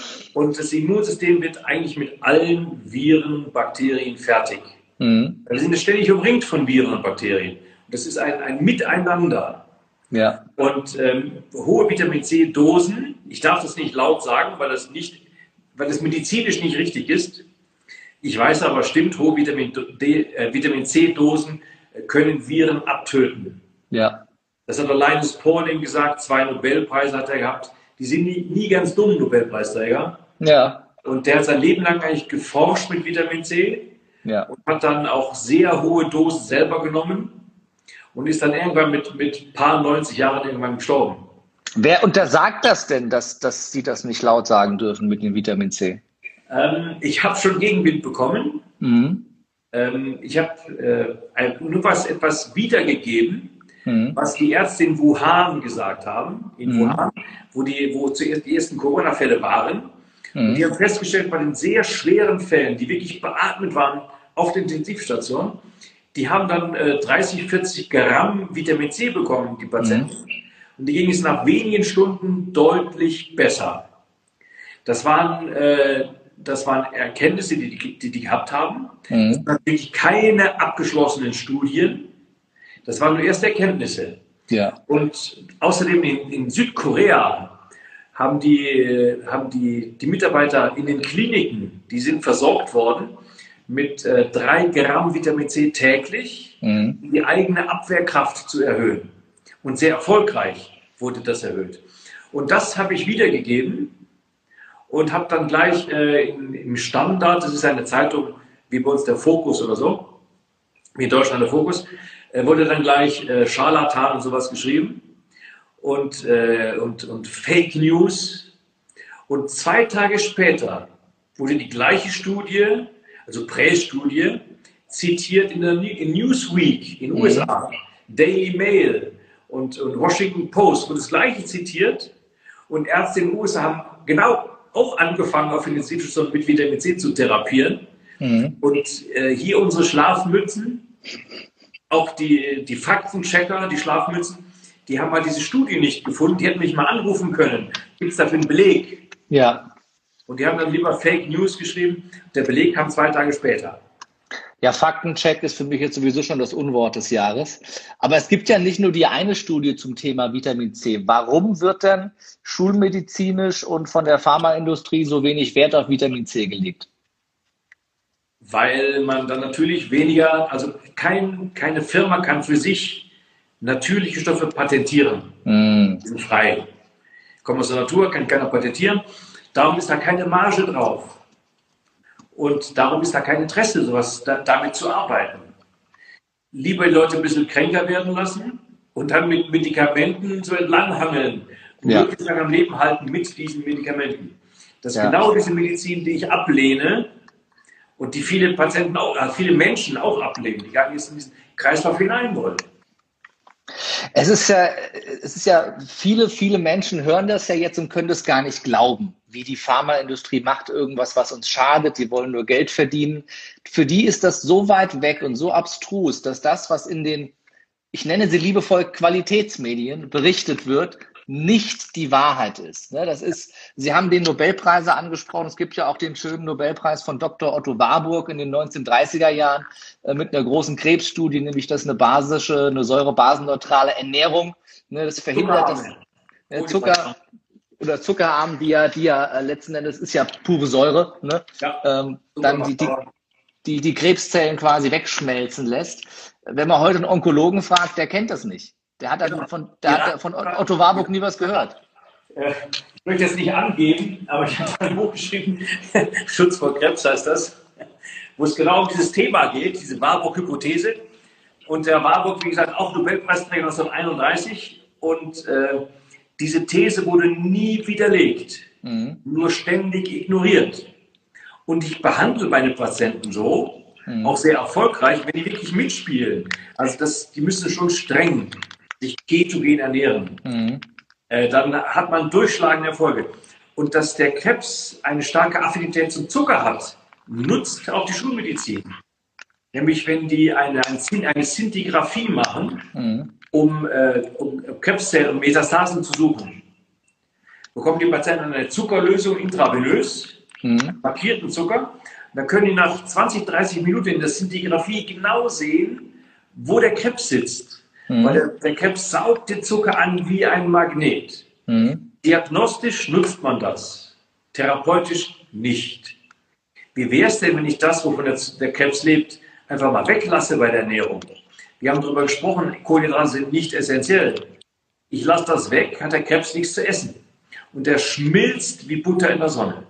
Und das Immunsystem wird eigentlich mit allen Viren, Bakterien fertig. Mhm. Wir sind ständig umringt von Viren und Bakterien. Und das ist ein, ein Miteinander. Ja. Und ähm, hohe Vitamin C-Dosen, ich darf das nicht laut sagen, weil das, nicht, weil das medizinisch nicht richtig ist. Ich weiß aber, stimmt, hohe Vitamin, D, äh, Vitamin C-Dosen können Viren abtöten. Ja. Das hat der Linus Pauling gesagt, zwei Nobelpreise hat er gehabt. Die sind nie, nie ganz dumm, Nobelpreisträger. Ja. Und der hat sein Leben lang eigentlich geforscht mit Vitamin C. Ja. Und hat dann auch sehr hohe Dosen selber genommen und ist dann irgendwann mit, mit paar neunzig Jahren irgendwann gestorben. Wer untersagt das denn, dass, dass Sie das nicht laut sagen dürfen mit dem Vitamin C? Ähm, ich habe schon Gegenwind bekommen. Mhm. Ähm, ich habe äh, nur was, etwas wiedergegeben, mhm. was die Ärzte in Wuhan gesagt haben, in mhm. Wuhan, wo, die, wo zuerst die ersten Corona-Fälle waren. Mhm. Und die haben festgestellt, bei den sehr schweren Fällen, die wirklich beatmet waren auf der Intensivstation, die haben dann äh, dreißig, vierzig Gramm Vitamin C bekommen, die Patienten. Mhm. Und die ging es nach wenigen Stunden deutlich besser. Das waren, äh, das waren Erkenntnisse, die die, die, die gehabt haben. Mhm. Das sind natürlich keine abgeschlossenen Studien. Das waren nur erste Erkenntnisse. Ja. Und außerdem in, in Südkorea haben, die, haben die, die Mitarbeiter in den Kliniken, die sind versorgt worden mit äh, drei Gramm Vitamin C täglich, mhm. um die eigene Abwehrkraft zu erhöhen. Und sehr erfolgreich wurde das erhöht. Und das habe ich wiedergegeben und habe dann gleich äh, in, im Standard, das ist eine Zeitung wie bei uns der Fokus oder so, wie in Deutschland der Fokus, äh, wurde dann gleich äh, Scharlatan und sowas geschrieben und, äh, und, und Fake News. Und zwei Tage später wurde die gleiche Studie, also Prästudie, zitiert in der in Newsweek in den U S A, Daily Mail und, und Washington Post wurde das gleiche zitiert und Ärzte in den U S A haben genau auch angefangen, auf Intensivstationen mit Vitamin C zu therapieren. Mhm. Und äh, hier unsere Schlafmützen, auch die, die Faktenchecker, die Schlafmützen, die haben mal diese Studie nicht gefunden, die hätten mich mal anrufen können. Gibt es dafür einen Beleg? Ja. Und die haben dann lieber Fake News geschrieben. Der Beleg kam zwei Tage später. Ja, Faktencheck ist für mich jetzt sowieso schon das Unwort des Jahres. Aber es gibt ja nicht nur die eine Studie zum Thema Vitamin C. Warum wird denn schulmedizinisch und von der Pharmaindustrie so wenig Wert auf Vitamin C gelegt? Weil man dann natürlich weniger, also kein, keine Firma kann für sich natürliche Stoffe patentieren. Mm. Die sind frei. Kommen aus der Natur, kann keiner patentieren. Darum ist da keine Marge drauf. Und darum ist da kein Interesse, sowas da, damit zu arbeiten. Lieber die Leute ein bisschen kränker werden lassen und dann mit Medikamenten so entlanghangeln und ja. wirklich lange am Leben halten mit diesen Medikamenten. Das ist ja. genau diese Medizin, die ich ablehne und die viele Patienten auch, also viele Menschen auch ablehnen, die gar nicht in diesen Kreislauf hinein wollen. Es ist ja, es ist ja, viele, viele Menschen hören das ja jetzt und können das gar nicht glauben, wie die Pharmaindustrie macht irgendwas, was uns schadet, die wollen nur Geld verdienen. Für die ist das so weit weg und so abstrus, dass das, was in den, ich nenne sie liebevoll Qualitätsmedien berichtet wird, nicht die Wahrheit ist. Das ist, Sie haben den Nobelpreise angesprochen. Es gibt ja auch den schönen Nobelpreis von Doktor Otto Warburg in den neunzehnhundertdreißiger Jahren mit einer großen Krebsstudie, nämlich dass eine basische, eine säurebasenneutrale Ernährung, das verhindert, dass Zucker oder zuckerarm, die ja, die ja letzten Endes ist ja pure Säure, ne? Ja, ähm, dann die, die, die, die Krebszellen quasi wegschmelzen lässt. Wenn man heute einen Onkologen fragt, der kennt das nicht. Der hat, genau. von, der ja, hat von Otto Warburg nie was gehört. Ich möchte jetzt nicht angeben, aber ich habe ein Buch geschrieben, Schutz vor Krebs heißt das, wo es genau um dieses Thema geht, diese Warburg-Hypothese. Und der Warburg, wie gesagt, auch Nobelpreisträger neunzehnhunderteinunddreißig. Und äh, diese These wurde nie widerlegt, mhm. nur ständig ignoriert. Und ich behandle meine Patienten so, mhm. auch sehr erfolgreich, wenn die wirklich mitspielen. Also das, die müssen schon streng sich ketogen ernähren. Mhm. Äh, dann hat man durchschlagende Erfolge. Und dass der Krebs eine starke Affinität zum Zucker hat, nutzt auch die Schulmedizin. Nämlich wenn die eine, eine Szintigraphie machen, mhm. um, äh, um Krebszellen und Metastasen zu suchen, bekommen die Patienten eine Zuckerlösung intravenös, mhm. markierten Zucker. Dann können die nach zwanzig, dreißig Minuten in der Szintigraphie genau sehen, wo der Krebs sitzt. Mhm. Weil der, der Krebs saugt den Zucker an wie ein Magnet. Mhm. Diagnostisch nutzt man das, therapeutisch nicht. Wie wäre es denn, wenn ich das, wovon der, der Krebs lebt, einfach mal weglasse bei der Ernährung? Wir haben darüber gesprochen, Kohlenhydrate sind nicht essentiell. Ich lasse das weg, hat der Krebs nichts zu essen. Und der schmilzt wie Butter in der Sonne.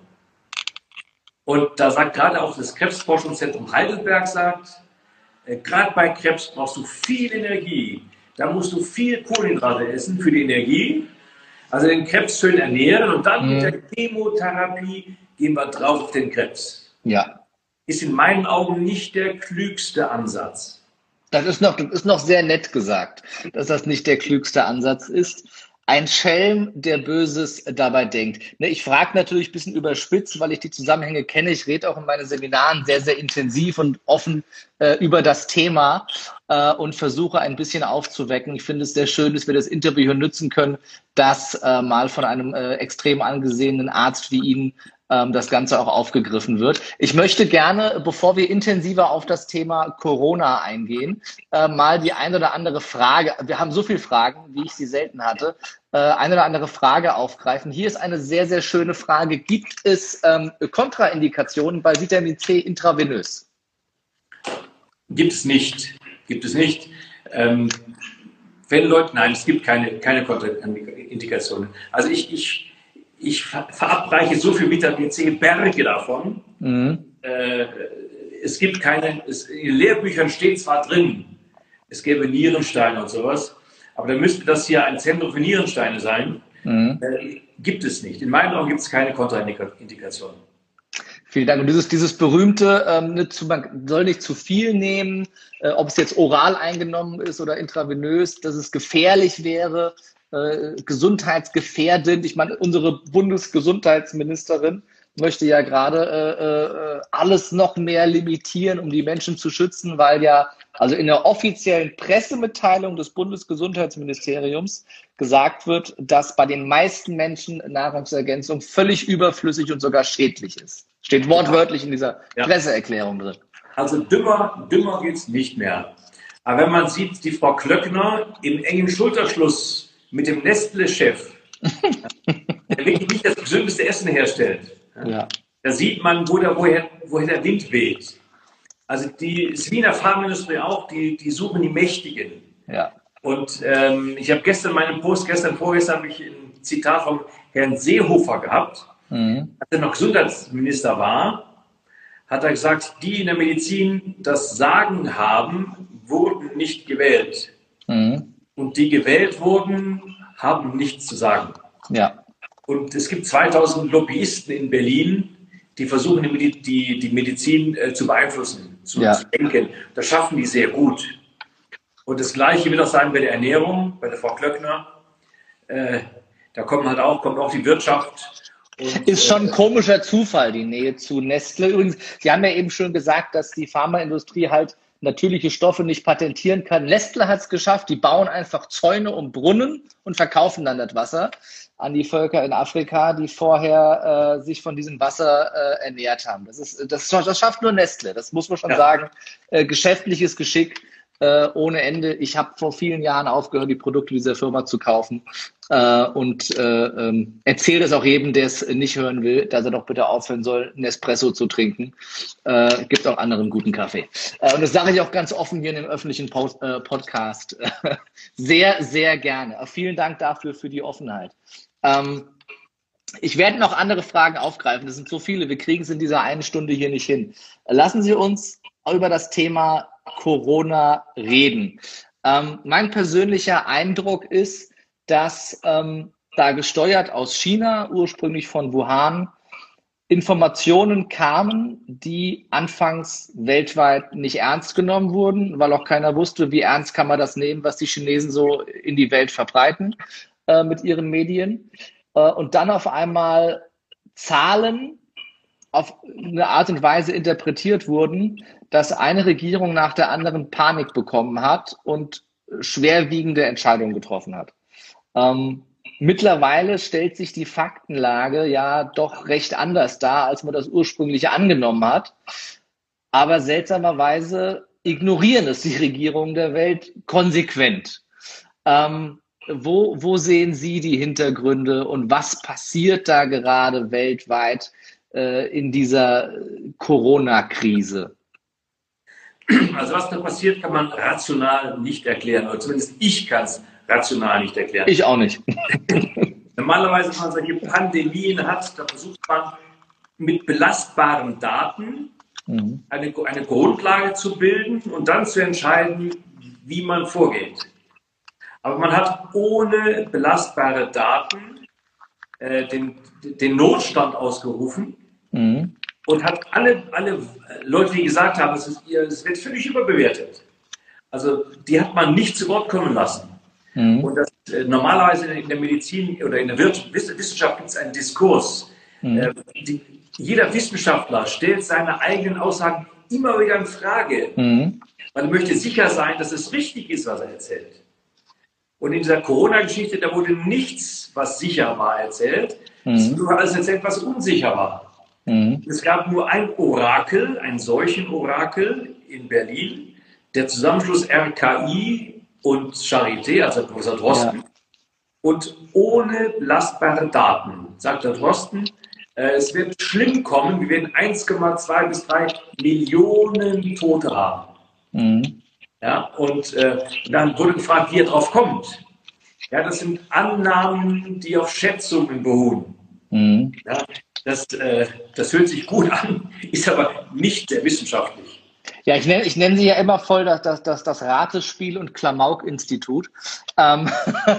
Und da sagt gerade auch das Krebsforschungszentrum Heidelberg, sagt, äh, gerade bei Krebs brauchst du viel Energie. Da musst du viel Kohlenhydrate essen für die Energie. Also den Krebs schön ernähren und dann mhm. mit der Chemotherapie gehen wir drauf auf den Krebs. Ja. Ist in meinen Augen nicht der klügste Ansatz. Das ist noch, das ist noch sehr nett gesagt, dass das nicht der klügste Ansatz ist. Ein Schelm, der Böses dabei denkt. Ich frage natürlich ein bisschen überspitzt, weil ich die Zusammenhänge kenne. Ich rede auch in meinen Seminaren sehr, sehr intensiv und offen äh, über das Thema äh, und versuche ein bisschen aufzuwecken. Ich finde es sehr schön, dass wir das Interview hier nutzen können, dass äh, mal von einem äh, extrem angesehenen Arzt wie Ihnen ähm, das Ganze auch aufgegriffen wird. Ich möchte gerne, bevor wir intensiver auf das Thema Corona eingehen, äh, mal die ein oder andere Frage, wir haben so viele Fragen, wie ich sie selten hatte, äh, eine oder andere Frage aufgreifen. Hier ist eine sehr, sehr schöne Frage. Gibt es ähm, Kontraindikationen bei Vitamin C intravenös? Gibt es nicht. Gibt es nicht. Ähm, wenn Leute, nein, es gibt keine, keine Kontraindikationen. Also ich, ich Ich verabreiche so viel Vitamin C, Berge davon. Mhm. Äh, es gibt keine, es, in Lehrbüchern steht zwar drin, es gäbe Nierensteine und sowas, aber dann müsste das hier ein Zentrum für Nierensteine sein. Mhm. Äh, gibt es nicht. In meinen Augen gibt es keine Kontraindikationen. Vielen Dank. Und dieses, dieses berühmte, ähm, nicht zu, man soll nicht zu viel nehmen, äh, ob es jetzt oral eingenommen ist oder intravenös, dass es gefährlich wäre, Äh, gesundheitsgefährdend. Ich meine, unsere Bundesgesundheitsministerin möchte ja gerade äh, äh, alles noch mehr limitieren, um die Menschen zu schützen, weil ja also in der offiziellen Pressemitteilung des Bundesgesundheitsministeriums gesagt wird, dass bei den meisten Menschen Nahrungsergänzung völlig überflüssig und sogar schädlich ist. Steht wortwörtlich in dieser ja. Presseerklärung drin. Also dümmer, dümmer geht es nicht mehr. Aber wenn man sieht, die Frau Klöckner im engen Schulterschluss mit dem Nestle-Chef, der wirklich nicht das gesündeste Essen herstellt. Ja. Da sieht man, wo der, woher, woher der Wind weht. Also die Wiener Pharmaindustrie auch, die, die suchen die Mächtigen. Ja. Und ähm, ich habe gestern meinen Post, gestern, vorgestern habe ich ein Zitat vom Herrn Seehofer gehabt. Mhm. Als er noch Gesundheitsminister war, hat er gesagt, die in der Medizin das Sagen haben, wurden nicht gewählt. Mhm. Und die gewählt wurden, haben nichts zu sagen. Ja. Und es gibt zweitausend Lobbyisten in Berlin, die versuchen, die, die, die Medizin äh, zu beeinflussen, zu, ja. zu denken. Das schaffen die sehr gut. Und das Gleiche wird auch sein bei der Ernährung, bei der Frau Klöckner. Äh, da kommt halt auch, kommt auch die Wirtschaft. Und, ist schon ein komischer Zufall, die Nähe zu Nestle. Übrigens, Sie haben ja eben schon gesagt, dass die Pharmaindustrie halt natürliche Stoffe nicht patentieren kann. Nestle hat es geschafft, die bauen einfach Zäune um Brunnen und verkaufen dann das Wasser an die Völker in Afrika, die vorher äh, sich von diesem Wasser äh, ernährt haben. Das, ist, das, das schafft nur Nestle, das muss man schon ja. sagen. Äh, geschäftliches Geschick äh, ohne Ende. Ich habe vor vielen Jahren aufgehört, die Produkte dieser Firma zu kaufen äh, und äh, ähm, erzähle es auch jedem, der es nicht hören will, dass er doch bitte aufhören soll, Nespresso zu trinken. Äh, gibt auch anderen guten Kaffee. Äh, und das sage ich auch ganz offen hier in dem öffentlichen Post, äh, Podcast. sehr, sehr gerne. Auch vielen Dank dafür, für die Offenheit. Ähm, ich werde noch andere Fragen aufgreifen. Das sind so viele. Wir kriegen es in dieser einen Stunde hier nicht hin. Lassen Sie uns über das Thema Corona reden. Ähm, mein persönlicher Eindruck ist, dass ähm, da gesteuert aus China, ursprünglich von Wuhan, Informationen kamen, die anfangs weltweit nicht ernst genommen wurden, weil auch keiner wusste, wie ernst kann man das nehmen, was die Chinesen so in die Welt verbreiten äh, mit ihren Medien. Äh, und dann auf einmal Zahlen auf eine Art und Weise interpretiert wurden, dass eine Regierung nach der anderen Panik bekommen hat und schwerwiegende Entscheidungen getroffen hat. Ähm, mittlerweile stellt sich die Faktenlage ja doch recht anders dar, als man das ursprünglich angenommen hat. Aber seltsamerweise ignorieren es die Regierungen der Welt konsequent. Ähm, wo, wo sehen Sie die Hintergründe und was passiert da gerade weltweit äh, in dieser Corona-Krise? Also was da passiert, kann man rational nicht erklären. Oder zumindest ich kann es rational nicht erklären. Ich auch nicht. Normalerweise, wenn man solche Pandemien hat, da versucht man mit belastbaren Daten mhm. eine, eine Grundlage zu bilden und dann zu entscheiden, wie man vorgeht. Aber man hat ohne belastbare Daten äh, den, den Notstand ausgerufen mhm. und hat alle, alle Leute, die gesagt haben, es, ist, es wird völlig überbewertet. Also die hat man nicht zu Wort kommen lassen. Mhm. Und das, äh, normalerweise in der Medizin oder in der Wissenschaft gibt es einen Diskurs. Mhm. Äh, die, jeder Wissenschaftler stellt seine eigenen Aussagen immer wieder in Frage, mhm. weil er möchte sicher sein, dass es richtig ist, was er erzählt. Und in dieser Corona-Geschichte, da wurde nichts, was sicher war, erzählt. Mhm. Es wurde alles erzählt, was unsicher war. Mhm. Es gab nur ein Orakel, ein Seuchenorakel in Berlin, der Zusammenschluss R K I und Charité, also Professor Drosten. Ja. Und ohne belastbare Daten, sagt der Drosten, äh, es wird schlimm kommen, wir werden eins Komma zwei bis drei Millionen Tote haben. Mhm. Ja, und äh, dann wurde gefragt, wie er drauf kommt. Ja, das sind Annahmen, die auf Schätzungen beruhen. Mhm. Ja, das, äh, das hört sich gut an, ist aber nicht sehr wissenschaftlich. Ja, ich nenne, ich nenne sie ja immer voll das, das, das, das Ratespiel- und Klamauk-Institut. Ähm,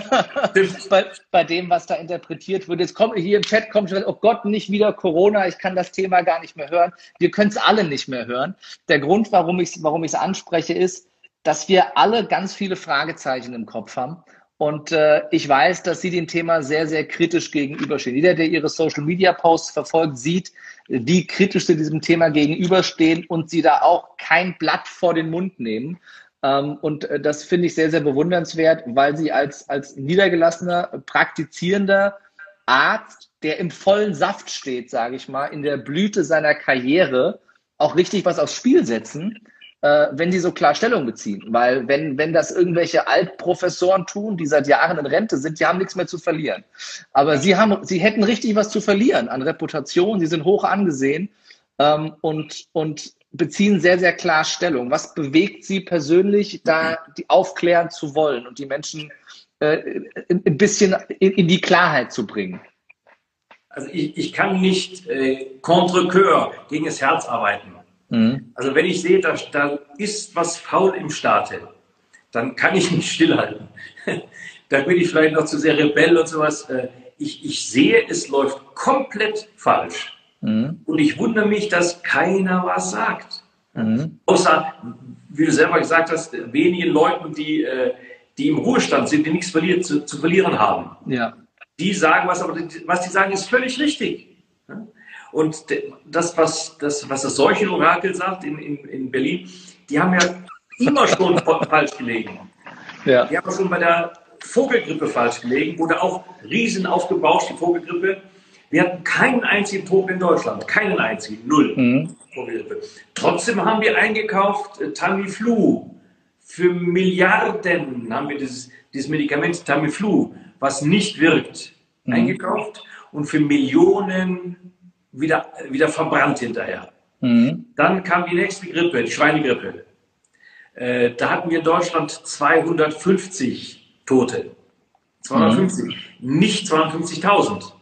bei, bei dem, was da interpretiert wird. Jetzt kommt hier im Chat, kommt schon, oh Gott, nicht wieder Corona, ich kann das Thema gar nicht mehr hören. Wir können es alle nicht mehr hören. Der Grund, warum ich es warum ich es anspreche, ist, dass wir alle ganz viele Fragezeichen im Kopf haben. Und äh, ich weiß, dass Sie dem Thema sehr, sehr kritisch gegenüberstehen. Jeder, der Ihre Social-Media-Posts verfolgt, sieht, wie kritisch Sie diesem Thema gegenüberstehen und Sie da auch kein Blatt vor den Mund nehmen. Ähm, und äh, das finde ich sehr, sehr bewundernswert, weil Sie als, als niedergelassener, praktizierender Arzt, der im vollen Saft steht, sage ich mal, in der Blüte seiner Karriere, auch richtig was aufs Spiel setzen, äh, wenn sie so klar Stellung beziehen. Weil wenn, wenn das irgendwelche Altprofessoren tun, die seit Jahren in Rente sind, die haben nichts mehr zu verlieren. Aber sie haben, sie hätten richtig was zu verlieren an Reputation, sie sind hoch angesehen. Ähm, und, und beziehen sehr, sehr klar Stellung. Was bewegt Sie persönlich, da die aufklären zu wollen und die Menschen äh, ein bisschen in, in die Klarheit zu bringen? Also ich, ich kann nicht äh, contre cœur gegen das Herz arbeiten. Mhm. Also wenn ich sehe, da, da ist was faul im Staate, dann kann ich nicht stillhalten. Da bin ich vielleicht noch zu sehr Rebell und sowas. Ich, ich sehe, es läuft komplett falsch. Mhm. Und ich wundere mich, dass keiner was sagt. Mhm. Außer, wie du selber gesagt hast, wenigen Leuten, die, die im Ruhestand sind, die nichts verlieren, zu, zu verlieren haben. Ja. Die sagen was, aber was die sagen, ist völlig richtig. Und das, was das, was das Seuchenorakel sagt in, in, in Berlin, die haben ja immer schon falsch gelegen. Ja. Die haben schon bei der Vogelgrippe falsch gelegen, wurde auch riesen aufgebauscht, die Vogelgrippe. Wir hatten keinen einzigen Toten in Deutschland, keinen einzigen, null mhm. Vogelgrippe. Trotzdem haben wir eingekauft äh, Tamiflu. Für Milliarden haben wir dieses, dieses Medikament Tamiflu, was nicht wirkt, mhm. eingekauft und für Millionen wieder, wieder verbrannt hinterher. Mhm. Dann kam die nächste Grippe, die Schweinegrippe. Äh, da hatten wir in Deutschland zweihundertfünfzig Tote. zweihundertfünfzig, mhm. nicht zweihundertfünfzigtausend.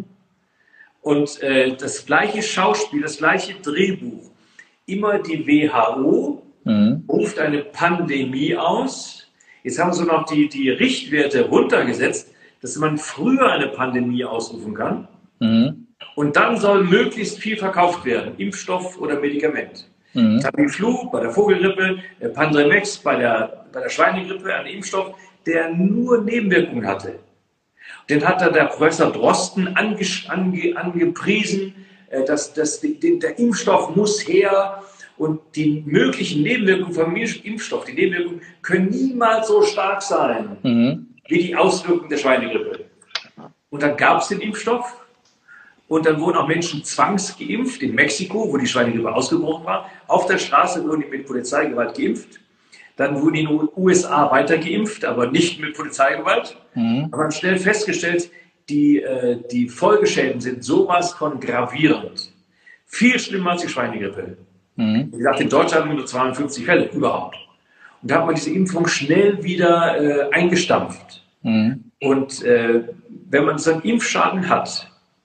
Und äh, das gleiche Schauspiel, das gleiche Drehbuch. Immer die W H O mhm. ruft eine Pandemie aus. Jetzt haben sie noch die, die Richtwerte runtergesetzt, dass man früher eine Pandemie ausrufen kann. Mhm. Und dann soll möglichst viel verkauft werden, Impfstoff oder Medikament. Mhm. Tamiflu bei der Vogelgrippe, Pandremex bei der, bei der Schweinegrippe, ein Impfstoff, der nur Nebenwirkungen hatte. Den hat da der Professor Drosten ange, ange, angepriesen, dass, dass die, der Impfstoff muss her und die möglichen Nebenwirkungen vom Impfstoff, die Nebenwirkungen können niemals so stark sein, mhm. wie die Auswirkungen der Schweinegrippe. Und dann gab es den Impfstoff und dann wurden auch Menschen zwangsgeimpft in Mexiko, wo die Schweinegrippe ausgebrochen war. Auf der Straße wurden die mit Polizeigewalt geimpft. Dann wurden in den U S A weiter geimpft, aber nicht mit Polizeigewalt. Mhm. Aber man schnell festgestellt, die, äh, die Folgeschäden sind sowas von gravierend. Viel schlimmer als die Schweinegrippe. Mhm. Wie gesagt, in Deutschland nur zweihundertfünfzig Fälle überhaupt. Und da hat man diese Impfung schnell wieder äh, eingestampft. Mhm. Und äh, wenn man so einen Impfschaden hat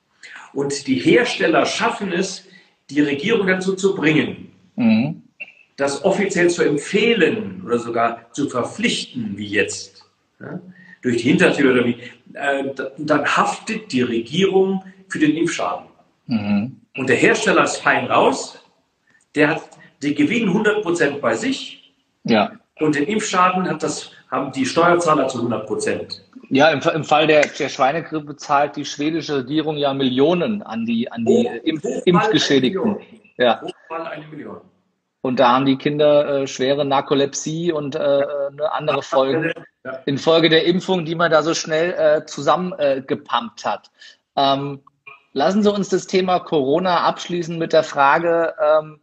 und die Hersteller schaffen es, die Regierung dazu zu bringen, mhm. das offiziell zu empfehlen oder sogar zu verpflichten, wie jetzt, ja, durch die Hintertür oder wie, äh, dann haftet die Regierung für den Impfschaden. Mhm. Und der Hersteller ist fein raus, der hat die Gewinn hundert Prozent bei sich, ja. Und den Impfschaden hat das, haben die Steuerzahler zu hundert Prozent. Ja, im, im Fall der, der Schweinegrippe zahlt die schwedische Regierung ja Millionen an die, an die Hoch, Impf, Impfgeschädigten. Ja. Hochmal eine Million. Und da haben die Kinder äh, schwere Narkolepsie und äh, eine andere Folgen ja. infolge der Impfung, die man da so schnell äh, zusammengepumpt äh, hat. Ähm, lassen Sie uns das Thema Corona abschließen mit der Frage, ähm,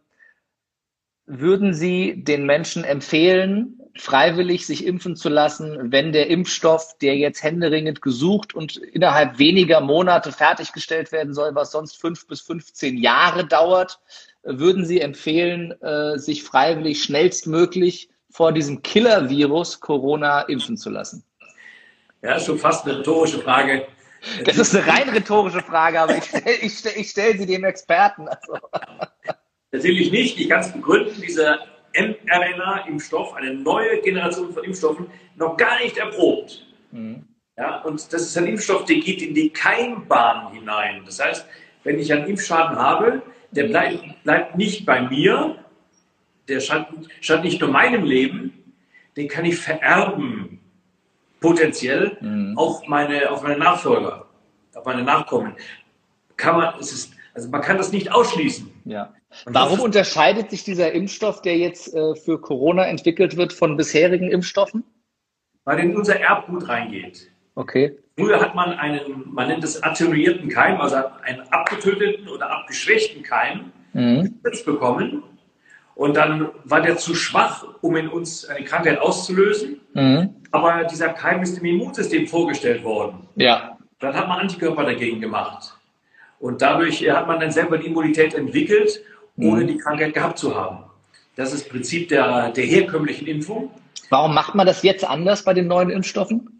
würden Sie den Menschen empfehlen, freiwillig sich impfen zu lassen, wenn der Impfstoff, der jetzt händeringend gesucht und innerhalb weniger Monate fertiggestellt werden soll, was sonst fünf bis fünfzehn Jahre dauert, würden Sie empfehlen, sich freiwillig schnellstmöglich vor diesem Killer-Virus Corona impfen zu lassen? Ja, das ist schon fast eine rhetorische Frage. Das ist eine rein rhetorische Frage, aber ich stelle ich stell, ich stell sie dem Experten. Also. Natürlich nicht. Ich kann es begründen, dieser mRNA-Impfstoff, eine neue Generation von Impfstoffen, noch gar nicht erprobt. Mhm. Ja, und das ist ein Impfstoff, der geht in die Keimbahn hinein. Das heißt, wenn ich einen Impfschaden habe, der bleibt, bleibt nicht bei mir, der schadet nicht nur meinem Leben, den kann ich vererben, potenziell, mhm. auf, meine, auf meine Nachfolger, auf meine Nachkommen. Kann man, es ist, also man kann das nicht ausschließen. Ja. Warum unterscheidet sich dieser Impfstoff, der jetzt äh, für Corona entwickelt wird, von bisherigen Impfstoffen? Weil er in unser Erbgut reingeht. Okay. Früher hat man einen, man nennt es attenuierten Keim, also einen abgetöteten oder abgeschwächten Keim mhm. bekommen. Und dann war der zu schwach, um in uns eine Krankheit auszulösen. Mhm. Aber dieser Keim ist im Immunsystem vorgestellt worden. Ja. Dann hat man Antikörper dagegen gemacht. Und dadurch hat man dann selber die Immunität entwickelt ohne die Krankheit gehabt zu haben. Das ist das Prinzip der, der herkömmlichen Impfung. Warum macht man das jetzt anders bei den neuen Impfstoffen?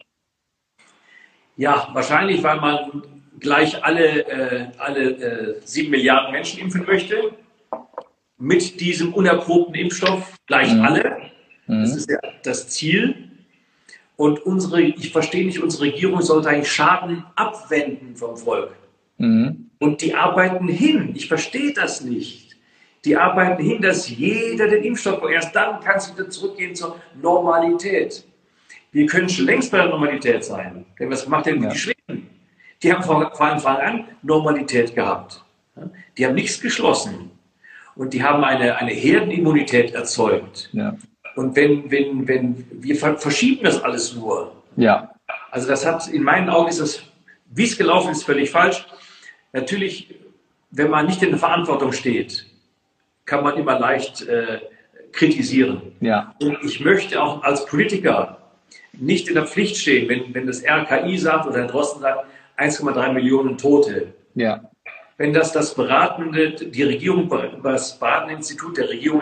Ja, wahrscheinlich, weil man gleich alle, äh, alle äh, sieben Milliarden Menschen impfen möchte. Mit diesem unerprobten Impfstoff gleich mhm. alle. Das ist ja das Ziel. Und unsere, ich verstehe nicht, unsere Regierung sollte eigentlich Schaden abwenden vom Volk. Mhm. Und die arbeiten hin. Ich verstehe das nicht. Die arbeiten hin, dass jeder den Impfstoff bekommt. Erst dann kann es wieder zurückgehen zur Normalität. Wir können schon längst bei der Normalität sein. Denn was macht denn ja. die Schweden? Die haben von, von Anfang an Normalität gehabt. Die haben nichts geschlossen. Und die haben eine, eine Herdenimmunität erzeugt. Ja. Und wenn, wenn, wenn, wir verschieben das alles nur. Ja. Also das hat, in meinen Augen ist das, wie es gelaufen ist, völlig falsch. Natürlich, wenn man nicht in der Verantwortung steht, kann man immer leicht äh, kritisieren. Ja. Und ich möchte auch als Politiker nicht in der Pflicht stehen, wenn, wenn das R K I sagt oder Herr Drosten sagt, eins Komma drei Millionen Tote. Ja. Wenn das das beratende, die Regierung, das beratende Institut der Regierung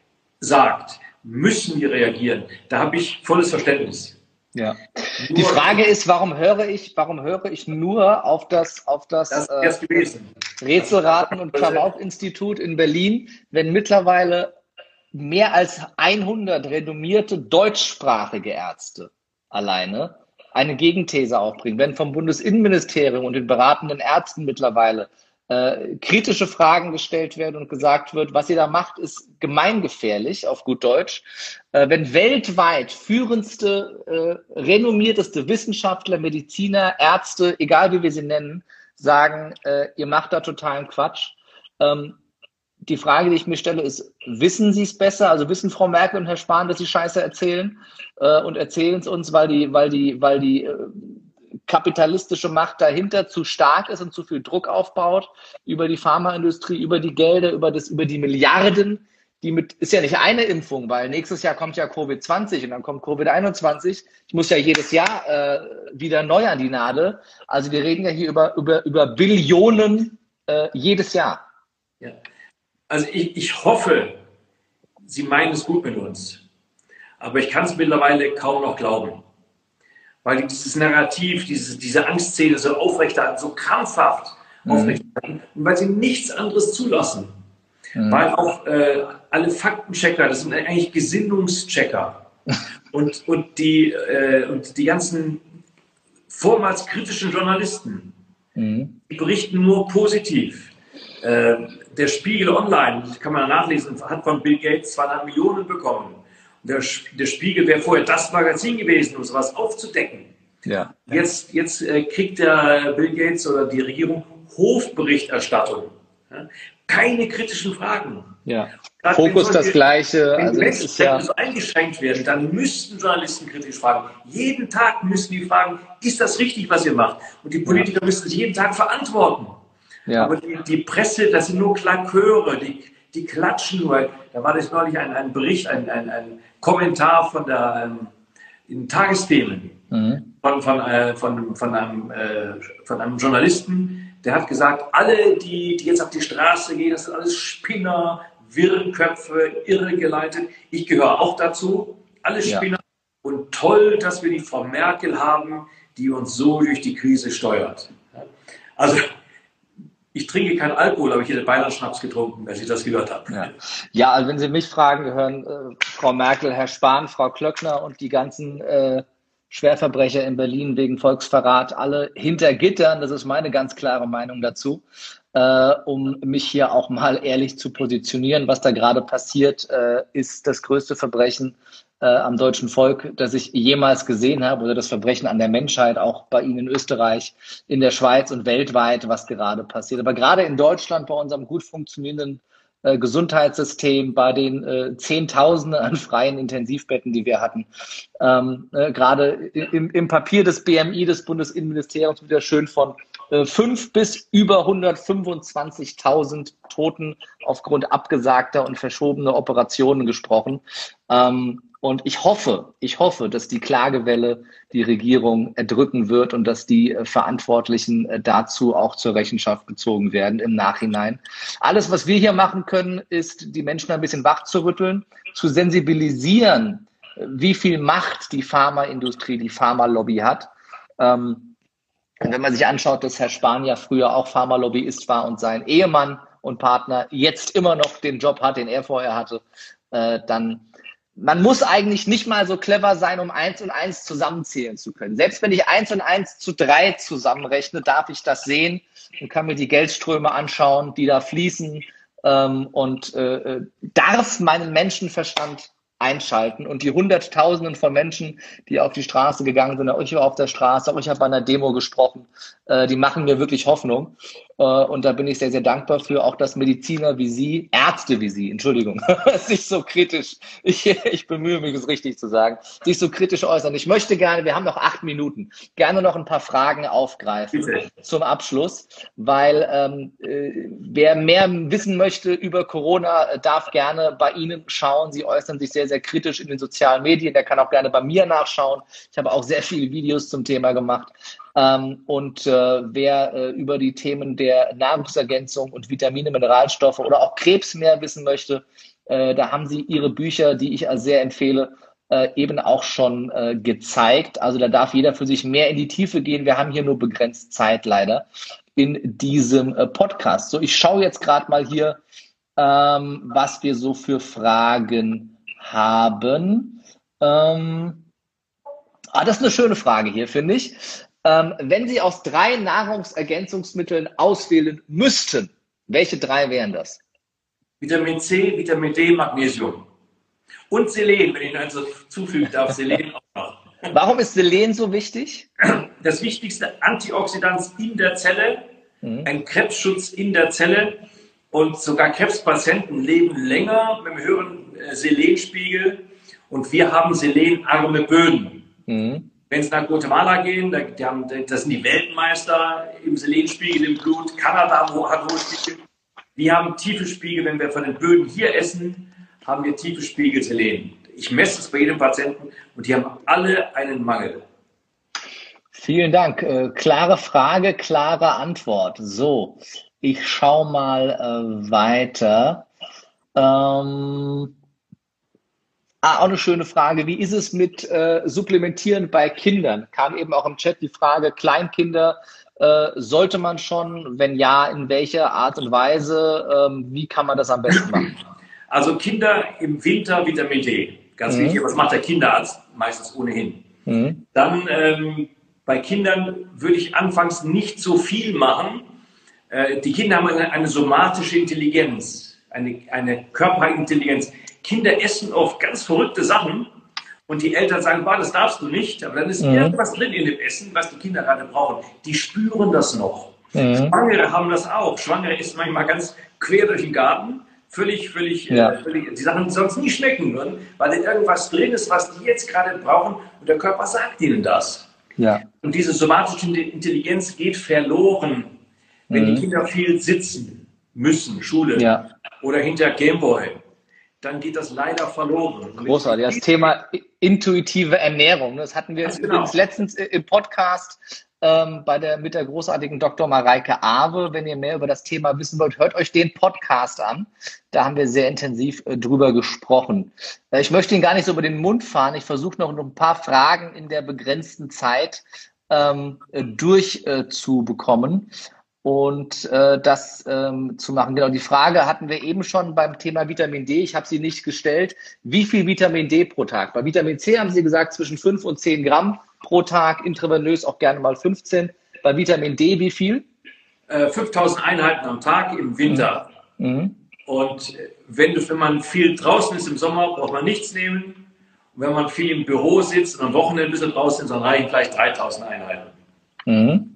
sagt, müssen wir reagieren. Da habe ich volles Verständnis. Ja. Die Frage ist, warum höre ich, warum höre ich nur auf das, auf das, das äh, Rätselraten- und Klamauk-Institut in Berlin, wenn mittlerweile mehr als hundert renommierte deutschsprachige Ärzte alleine eine Gegenthese aufbringen, wenn vom Bundesinnenministerium und den beratenden Ärzten mittlerweile Äh, kritische Fragen gestellt werden und gesagt wird, was ihr da macht, ist gemeingefährlich, auf gut Deutsch. Äh, wenn weltweit führendste, äh, renommierteste Wissenschaftler, Mediziner, Ärzte, egal wie wir sie nennen, sagen, äh, ihr macht da totalen Quatsch. Ähm, die Frage, die ich mir stelle, ist, wissen Sie es besser? Also wissen Frau Merkel und Herr Spahn, dass sie Scheiße erzählen äh, und erzählen es uns, weil die, weil die, weil die äh, kapitalistische Macht dahinter zu stark ist und zu viel Druck aufbaut über die Pharmaindustrie, über die Gelder, über das, über die Milliarden, die mit, ist ja nicht eine Impfung, weil nächstes Jahr kommt ja Covid zwanzig und dann kommt Covid einundzwanzig. Ich muss ja jedes Jahr äh, wieder neu an die Nadel. Also wir reden ja hier über, über, über Billionen äh, jedes Jahr. Ja. Also ich, ich hoffe, Sie meinen es gut mit uns. Aber ich kann es mittlerweile kaum noch glauben. Weil dieses Narrativ, diese, diese Angstszene so aufrechterhalten, so krampfhaft mhm. aufrechterhalten, und weil sie nichts anderes zulassen. Mhm. Weil auch äh, alle Faktenchecker, das sind eigentlich Gesinnungschecker. und, und, die, äh, und die ganzen vormals kritischen Journalisten, mhm. die berichten nur positiv. Äh, der Spiegel Online, kann man nachlesen, hat von Bill Gates zweieinhalb Millionen bekommen. Der, der Spiegel wäre vorher das Magazin gewesen, um sowas aufzudecken. Ja. Jetzt, jetzt äh, kriegt der Bill Gates oder die Regierung Hofberichterstattung. Ja? Keine kritischen Fragen. Ja. Fokus solche, das Gleiche. Wenn also Menschen das ist ja so eingeschränkt werden, dann müssten Journalisten kritisch fragen. Jeden Tag müssen die fragen, ist das richtig, was ihr macht? Und die Politiker ja. müssen sich jeden Tag verantworten. Ja. Aber die, die Presse, das sind nur Klaköre, die Die klatschen nur. Da war das neulich ein, ein Bericht, ein, ein, ein Kommentar von der ähm, in Tagesthemen mhm. von, von, äh, von, von, einem, äh, von einem Journalisten, der hat gesagt, alle, die, die jetzt auf die Straße gehen, das sind alles Spinner, Wirrenköpfe, irregeleitet. Ich gehöre auch dazu, alle Spinner. Ja. Und toll, dass wir die Frau Merkel haben, die uns so durch die Krise steuert. Also ich trinke keinen Alkohol, aber ich hätte beinahe Schnaps getrunken, als ich das gehört habe. Ja, ja, also wenn Sie mich fragen, gehören äh, Frau Merkel, Herr Spahn, Frau Klöckner und die ganzen äh, Schwerverbrecher in Berlin wegen Volksverrat alle hinter Gittern. Das ist meine ganz klare Meinung dazu, äh, um mich hier auch mal ehrlich zu positionieren. Was da gerade passiert, äh, ist das größte Verbrechen äh, am deutschen Volk, das ich jemals gesehen habe, oder das Verbrechen an der Menschheit, auch bei Ihnen in Österreich, in der Schweiz und weltweit, was gerade passiert. Aber gerade in Deutschland, bei unserem gut funktionierenden äh, Gesundheitssystem, bei den äh, Zehntausenden an freien Intensivbetten, die wir hatten, ähm, äh, gerade im, im Papier des B M I, des Bundesinnenministeriums, wieder schön von äh, fünf bis über hundertfünfundzwanzigtausend Toten aufgrund abgesagter und verschobener Operationen gesprochen. Ähm, Und ich hoffe, ich hoffe, dass die Klagewelle die Regierung erdrücken wird und dass die äh, Verantwortlichen äh, dazu auch zur Rechenschaft gezogen werden im Nachhinein. Alles, was wir hier machen können, ist, die Menschen ein bisschen wach zu rütteln, zu sensibilisieren, äh, wie viel Macht die Pharmaindustrie, die Pharmalobby hat. Ähm, und wenn man sich anschaut, dass Herr Spahn ja früher auch Pharmalobbyist war und sein Ehemann und Partner jetzt immer noch den Job hat, den er vorher hatte, äh, dann man muss eigentlich nicht mal so clever sein, um eins und eins zusammenzählen zu können. Selbst wenn ich eins und eins zu drei zusammenrechne, darf ich das sehen und kann mir die Geldströme anschauen, die da fließen, ähm, und äh, darf meinen Menschenverstand einschalten. Und die Hunderttausenden von Menschen, die auf die Straße gegangen sind, auch ich war auf der Straße, auch ich habe bei einer Demo gesprochen, äh, die machen mir wirklich Hoffnung. Äh, und da bin ich sehr, sehr dankbar für, auch dass Mediziner wie Sie, Ärzte wie Sie, Entschuldigung, sich so kritisch, ich, ich bemühe mich, es richtig zu sagen, sich so kritisch äußern. Ich möchte gerne, wir haben noch acht Minuten, gerne noch ein paar Fragen aufgreifen Bitte. Zum Abschluss, weil ähm, äh, wer mehr wissen möchte über Corona, darf gerne bei Ihnen schauen. Sie äußern sich sehr, sehr kritisch in den sozialen Medien. Der kann auch gerne bei mir nachschauen. Ich habe auch sehr viele Videos zum Thema gemacht. Ähm, und äh, wer äh, über die Themen der Nahrungsergänzung und Vitamine, Mineralstoffe oder auch Krebs mehr wissen möchte, äh, da haben Sie Ihre Bücher, die ich als sehr empfehle, äh, eben auch schon äh, gezeigt. Also da darf jeder für sich mehr in die Tiefe gehen. Wir haben hier nur begrenzt Zeit leider in diesem äh, Podcast. So, ich schaue jetzt gerade mal hier, ähm, was wir so für Fragen haben. Ähm, ah, das ist eine schöne Frage hier, finde ich. Ähm, wenn Sie aus drei Nahrungsergänzungsmitteln auswählen müssten, welche drei wären das? Vitamin C, Vitamin D, Magnesium. Und Selen, wenn ich noch eins zufügen darf, Selen auch noch. Warum ist Selen so wichtig? Das wichtigste Antioxidant in der Zelle, mhm. ein Krebsschutz in der Zelle. Und sogar Krebspatienten leben länger mit einem höheren äh, Selenspiegel. Und wir haben selenarme Böden. Mhm. Wenn es nach Guatemala gehen, da, die haben, das sind die Weltmeister im Selenspiegel im Blut. Kanada wo hat hohe Spiegel. Wir haben tiefe Spiegel. Wenn wir von den Böden hier essen, haben wir tiefe Spiegel Selen. Ich messe es bei jedem Patienten und die haben alle einen Mangel. Vielen Dank. Äh, klare Frage, klare Antwort. So, ich schaue mal äh, weiter. Ähm, ah, auch eine schöne Frage. Wie ist es mit äh, Supplementieren bei Kindern? Kam eben auch im Chat die Frage, Kleinkinder, äh, sollte man schon? Wenn ja, in welcher Art und Weise? Ähm, wie kann man das am besten machen? Also Kinder im Winter Vitamin D. Ganz mhm. wichtig, was macht der Kinderarzt? Meistens ohnehin. Mhm. Dann ähm, bei Kindern würde ich anfangs nicht so viel machen. Äh, die Kinder haben eine, eine somatische Intelligenz, eine, eine Körperintelligenz. Kinder essen oft ganz verrückte Sachen und die Eltern sagen, bah, das darfst du nicht. Aber dann ist mhm. irgendwas drin in dem Essen, was die Kinder gerade brauchen. Die spüren das noch. Mhm. Schwangere haben das auch. Schwangere essen manchmal ganz quer durch den Garten. Völlig, völlig, ja. äh, völlig, die Sachen, die sonst nie schmecken würden, weil da irgendwas drin ist, was die jetzt gerade brauchen und der Körper sagt ihnen das. Ja. Und diese somatische Intelligenz geht verloren, wenn mhm. die Kinder viel sitzen müssen, Schule ja. oder hinter Gameboy. Dann geht das leider verloren. Großartig. Das Thema intuitive Ernährung, das hatten wir genau. übrigens letztens im Podcast ähm, bei der, mit der großartigen Doktor Mareike Awe. Wenn ihr mehr über das Thema wissen wollt, hört euch den Podcast an. Da haben wir sehr intensiv äh, drüber gesprochen. Äh, ich möchte ihn gar nicht so über den Mund fahren. Ich versuche noch ein paar Fragen in der begrenzten Zeit ähm, durchzubekommen. Äh, Und äh, das ähm, zu machen. Genau, die Frage hatten wir eben schon beim Thema Vitamin D. Ich habe sie nicht gestellt. Wie viel Vitamin D pro Tag? Bei Vitamin C haben Sie gesagt, zwischen fünf und zehn Gramm pro Tag, intravenös auch gerne mal fünfzehn. Bei Vitamin D wie viel? Äh, fünftausend Einheiten am Tag im Winter. Mhm. Und wenn, wenn man viel draußen ist im Sommer, braucht man nichts nehmen. Und wenn man viel im Büro sitzt und am Wochenende ein bisschen draußen ist, dann reichen vielleicht dreitausend Einheiten. Mhm.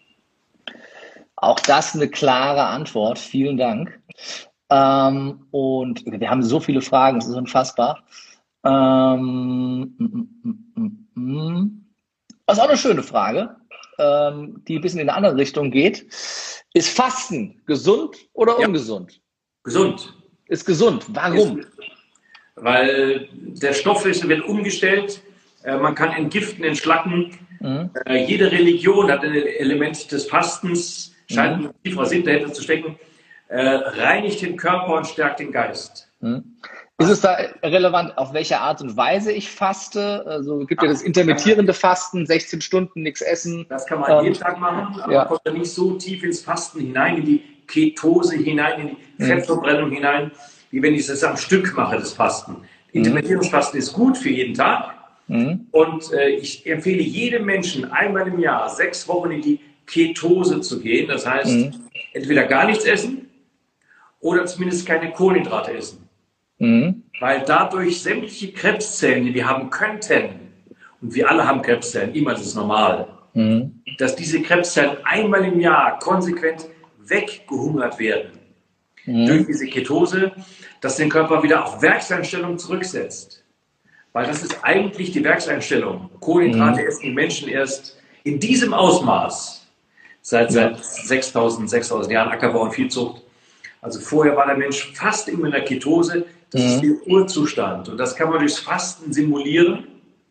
Auch das eine klare Antwort. Vielen Dank. Ähm, und wir haben so viele Fragen, das ist unfassbar. Ähm, mm, mm, mm, das ist auch eine schöne Frage, ähm, die ein bisschen in eine andere Richtung geht. Ist Fasten gesund oder ungesund? Ja. Gesund. Ist gesund. Warum? Ist, weil der Stoffwechsel wird umgestellt, äh, man kann entgiften, entschlacken. Mhm. Äh, jede Religion hat ein Element des Fastens, scheint mhm. ein tieferer Sinn dahinter zu stecken, äh, reinigt den Körper und stärkt den Geist. Mhm. Ist es da relevant, auf welche Art und Weise ich faste? Also gibt ja das intermittierende Fasten, sechzehn Stunden, nichts essen. Das kann man ähm, jeden Tag machen, aber ja. man kommt da nicht so tief ins Fasten hinein, in die Ketose hinein, in die Fettverbrennung mhm. hinein, wie wenn ich das am Stück mache, das Fasten. Intermittierendes Fasten ist gut für jeden Tag. Mhm. Und äh, ich empfehle jedem Menschen einmal im Jahr sechs Wochen in die Ketose zu gehen. Das heißt, mhm. entweder gar nichts essen oder zumindest keine Kohlenhydrate essen. Mhm. Weil dadurch sämtliche Krebszellen, die wir haben könnten, und wir alle haben Krebszellen, immer, das ist normal, mhm. dass diese Krebszellen einmal im Jahr konsequent weggehungert werden mhm. durch diese Ketose, dass den Körper wieder auf Werkseinstellung zurücksetzt. Weil das ist eigentlich die Werkseinstellung. Kohlenhydrate mhm. essen die Menschen erst in diesem Ausmaß seit, ja. seit sechstausend, sechstausend Jahren Ackerbau und Viehzucht. Also vorher war der Mensch fast immer in der Ketose. Das mhm. ist der Urzustand. Und das kann man durchs Fasten simulieren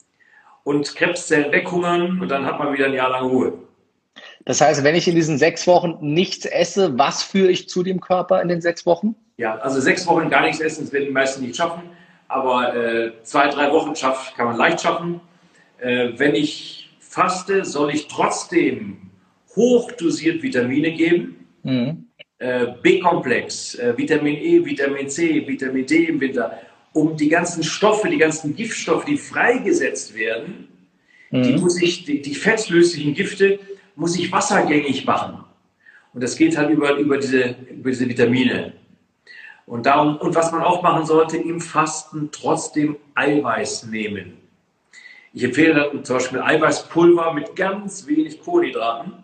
und Krebszellen weghungern und dann hat man wieder ein Jahr lang Ruhe. Das heißt, wenn ich in diesen sechs Wochen nichts esse, was führe ich zu dem Körper in den sechs Wochen? Ja, also sechs Wochen gar nichts essen, das werden die meisten nicht schaffen. Aber äh, zwei, drei Wochen schaff, kann man leicht schaffen. Äh, wenn ich faste, soll ich trotzdem hochdosiert Vitamine geben. Mhm. B-Komplex, äh, Vitamin E, Vitamin C, Vitamin D im Winter, um die ganzen Stoffe, die ganzen Giftstoffe, die freigesetzt werden, mhm. die muss ich, die, die fettlöslichen Gifte, muss ich wassergängig machen. Und das geht halt über, über, diese, über diese Vitamine. Und, darum, und was man auch machen sollte, im Fasten trotzdem Eiweiß nehmen. Ich empfehle dann zum Beispiel Eiweißpulver mit ganz wenig Kohlenhydraten.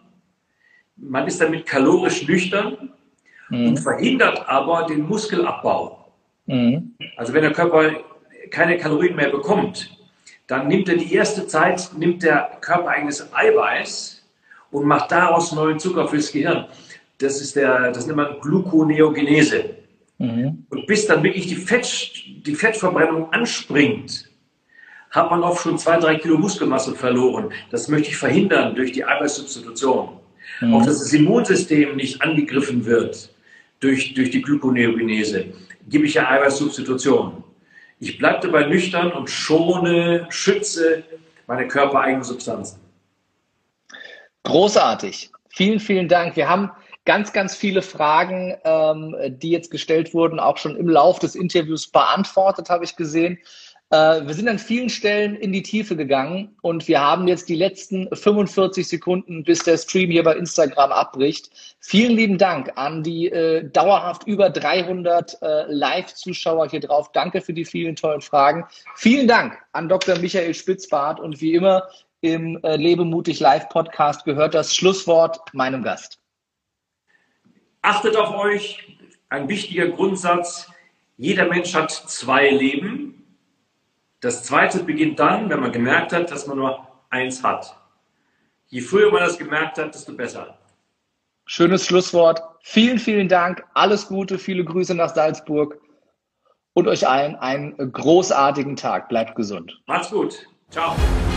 Man ist damit kalorisch nüchtern. Mhm. Und verhindert aber den Muskelabbau. Mhm. Also wenn der Körper keine Kalorien mehr bekommt, dann nimmt er die erste Zeit, nimmt der Körper eigenes Eiweiß und macht daraus neuen Zucker fürs Gehirn. Das ist der, das nennt man Gluconeogenese. Mhm. Und bis dann wirklich die, Fett, die Fettverbrennung anspringt, hat man auch schon zwei, drei Kilo Muskelmasse verloren. Das möchte ich verhindern durch die Eiweißsubstitution. Mhm. Auch dass das Immunsystem nicht angegriffen wird durch, durch die Gluconeogenese, gebe ich ja Eiweißsubstitution. Ich bleibe dabei nüchtern und schone, schütze meine körpereigenen Substanzen. Großartig. Vielen, vielen Dank. Wir haben ganz, ganz viele Fragen, ähm, die jetzt gestellt wurden, auch schon im Lauf des Interviews beantwortet, habe ich gesehen. Wir sind an vielen Stellen in die Tiefe gegangen und wir haben jetzt die letzten fünfundvierzig Sekunden, bis der Stream hier bei Instagram abbricht. Vielen lieben Dank an die äh, dauerhaft über dreihundert äh, Live-Zuschauer hier drauf. Danke für die vielen tollen Fragen. Vielen Dank an Doktor Michael Spitzbart und wie immer im äh, Lebe mutig Live-Podcast gehört das Schlusswort meinem Gast. Achtet auf euch. Ein wichtiger Grundsatz. Jeder Mensch hat zwei Leben. Das zweite beginnt dann, wenn man gemerkt hat, dass man nur eins hat. Je früher man das gemerkt hat, desto besser. Schönes Schlusswort. Vielen, vielen Dank. Alles Gute, viele Grüße nach Salzburg und euch allen einen großartigen Tag. Bleibt gesund. Macht's gut. Ciao.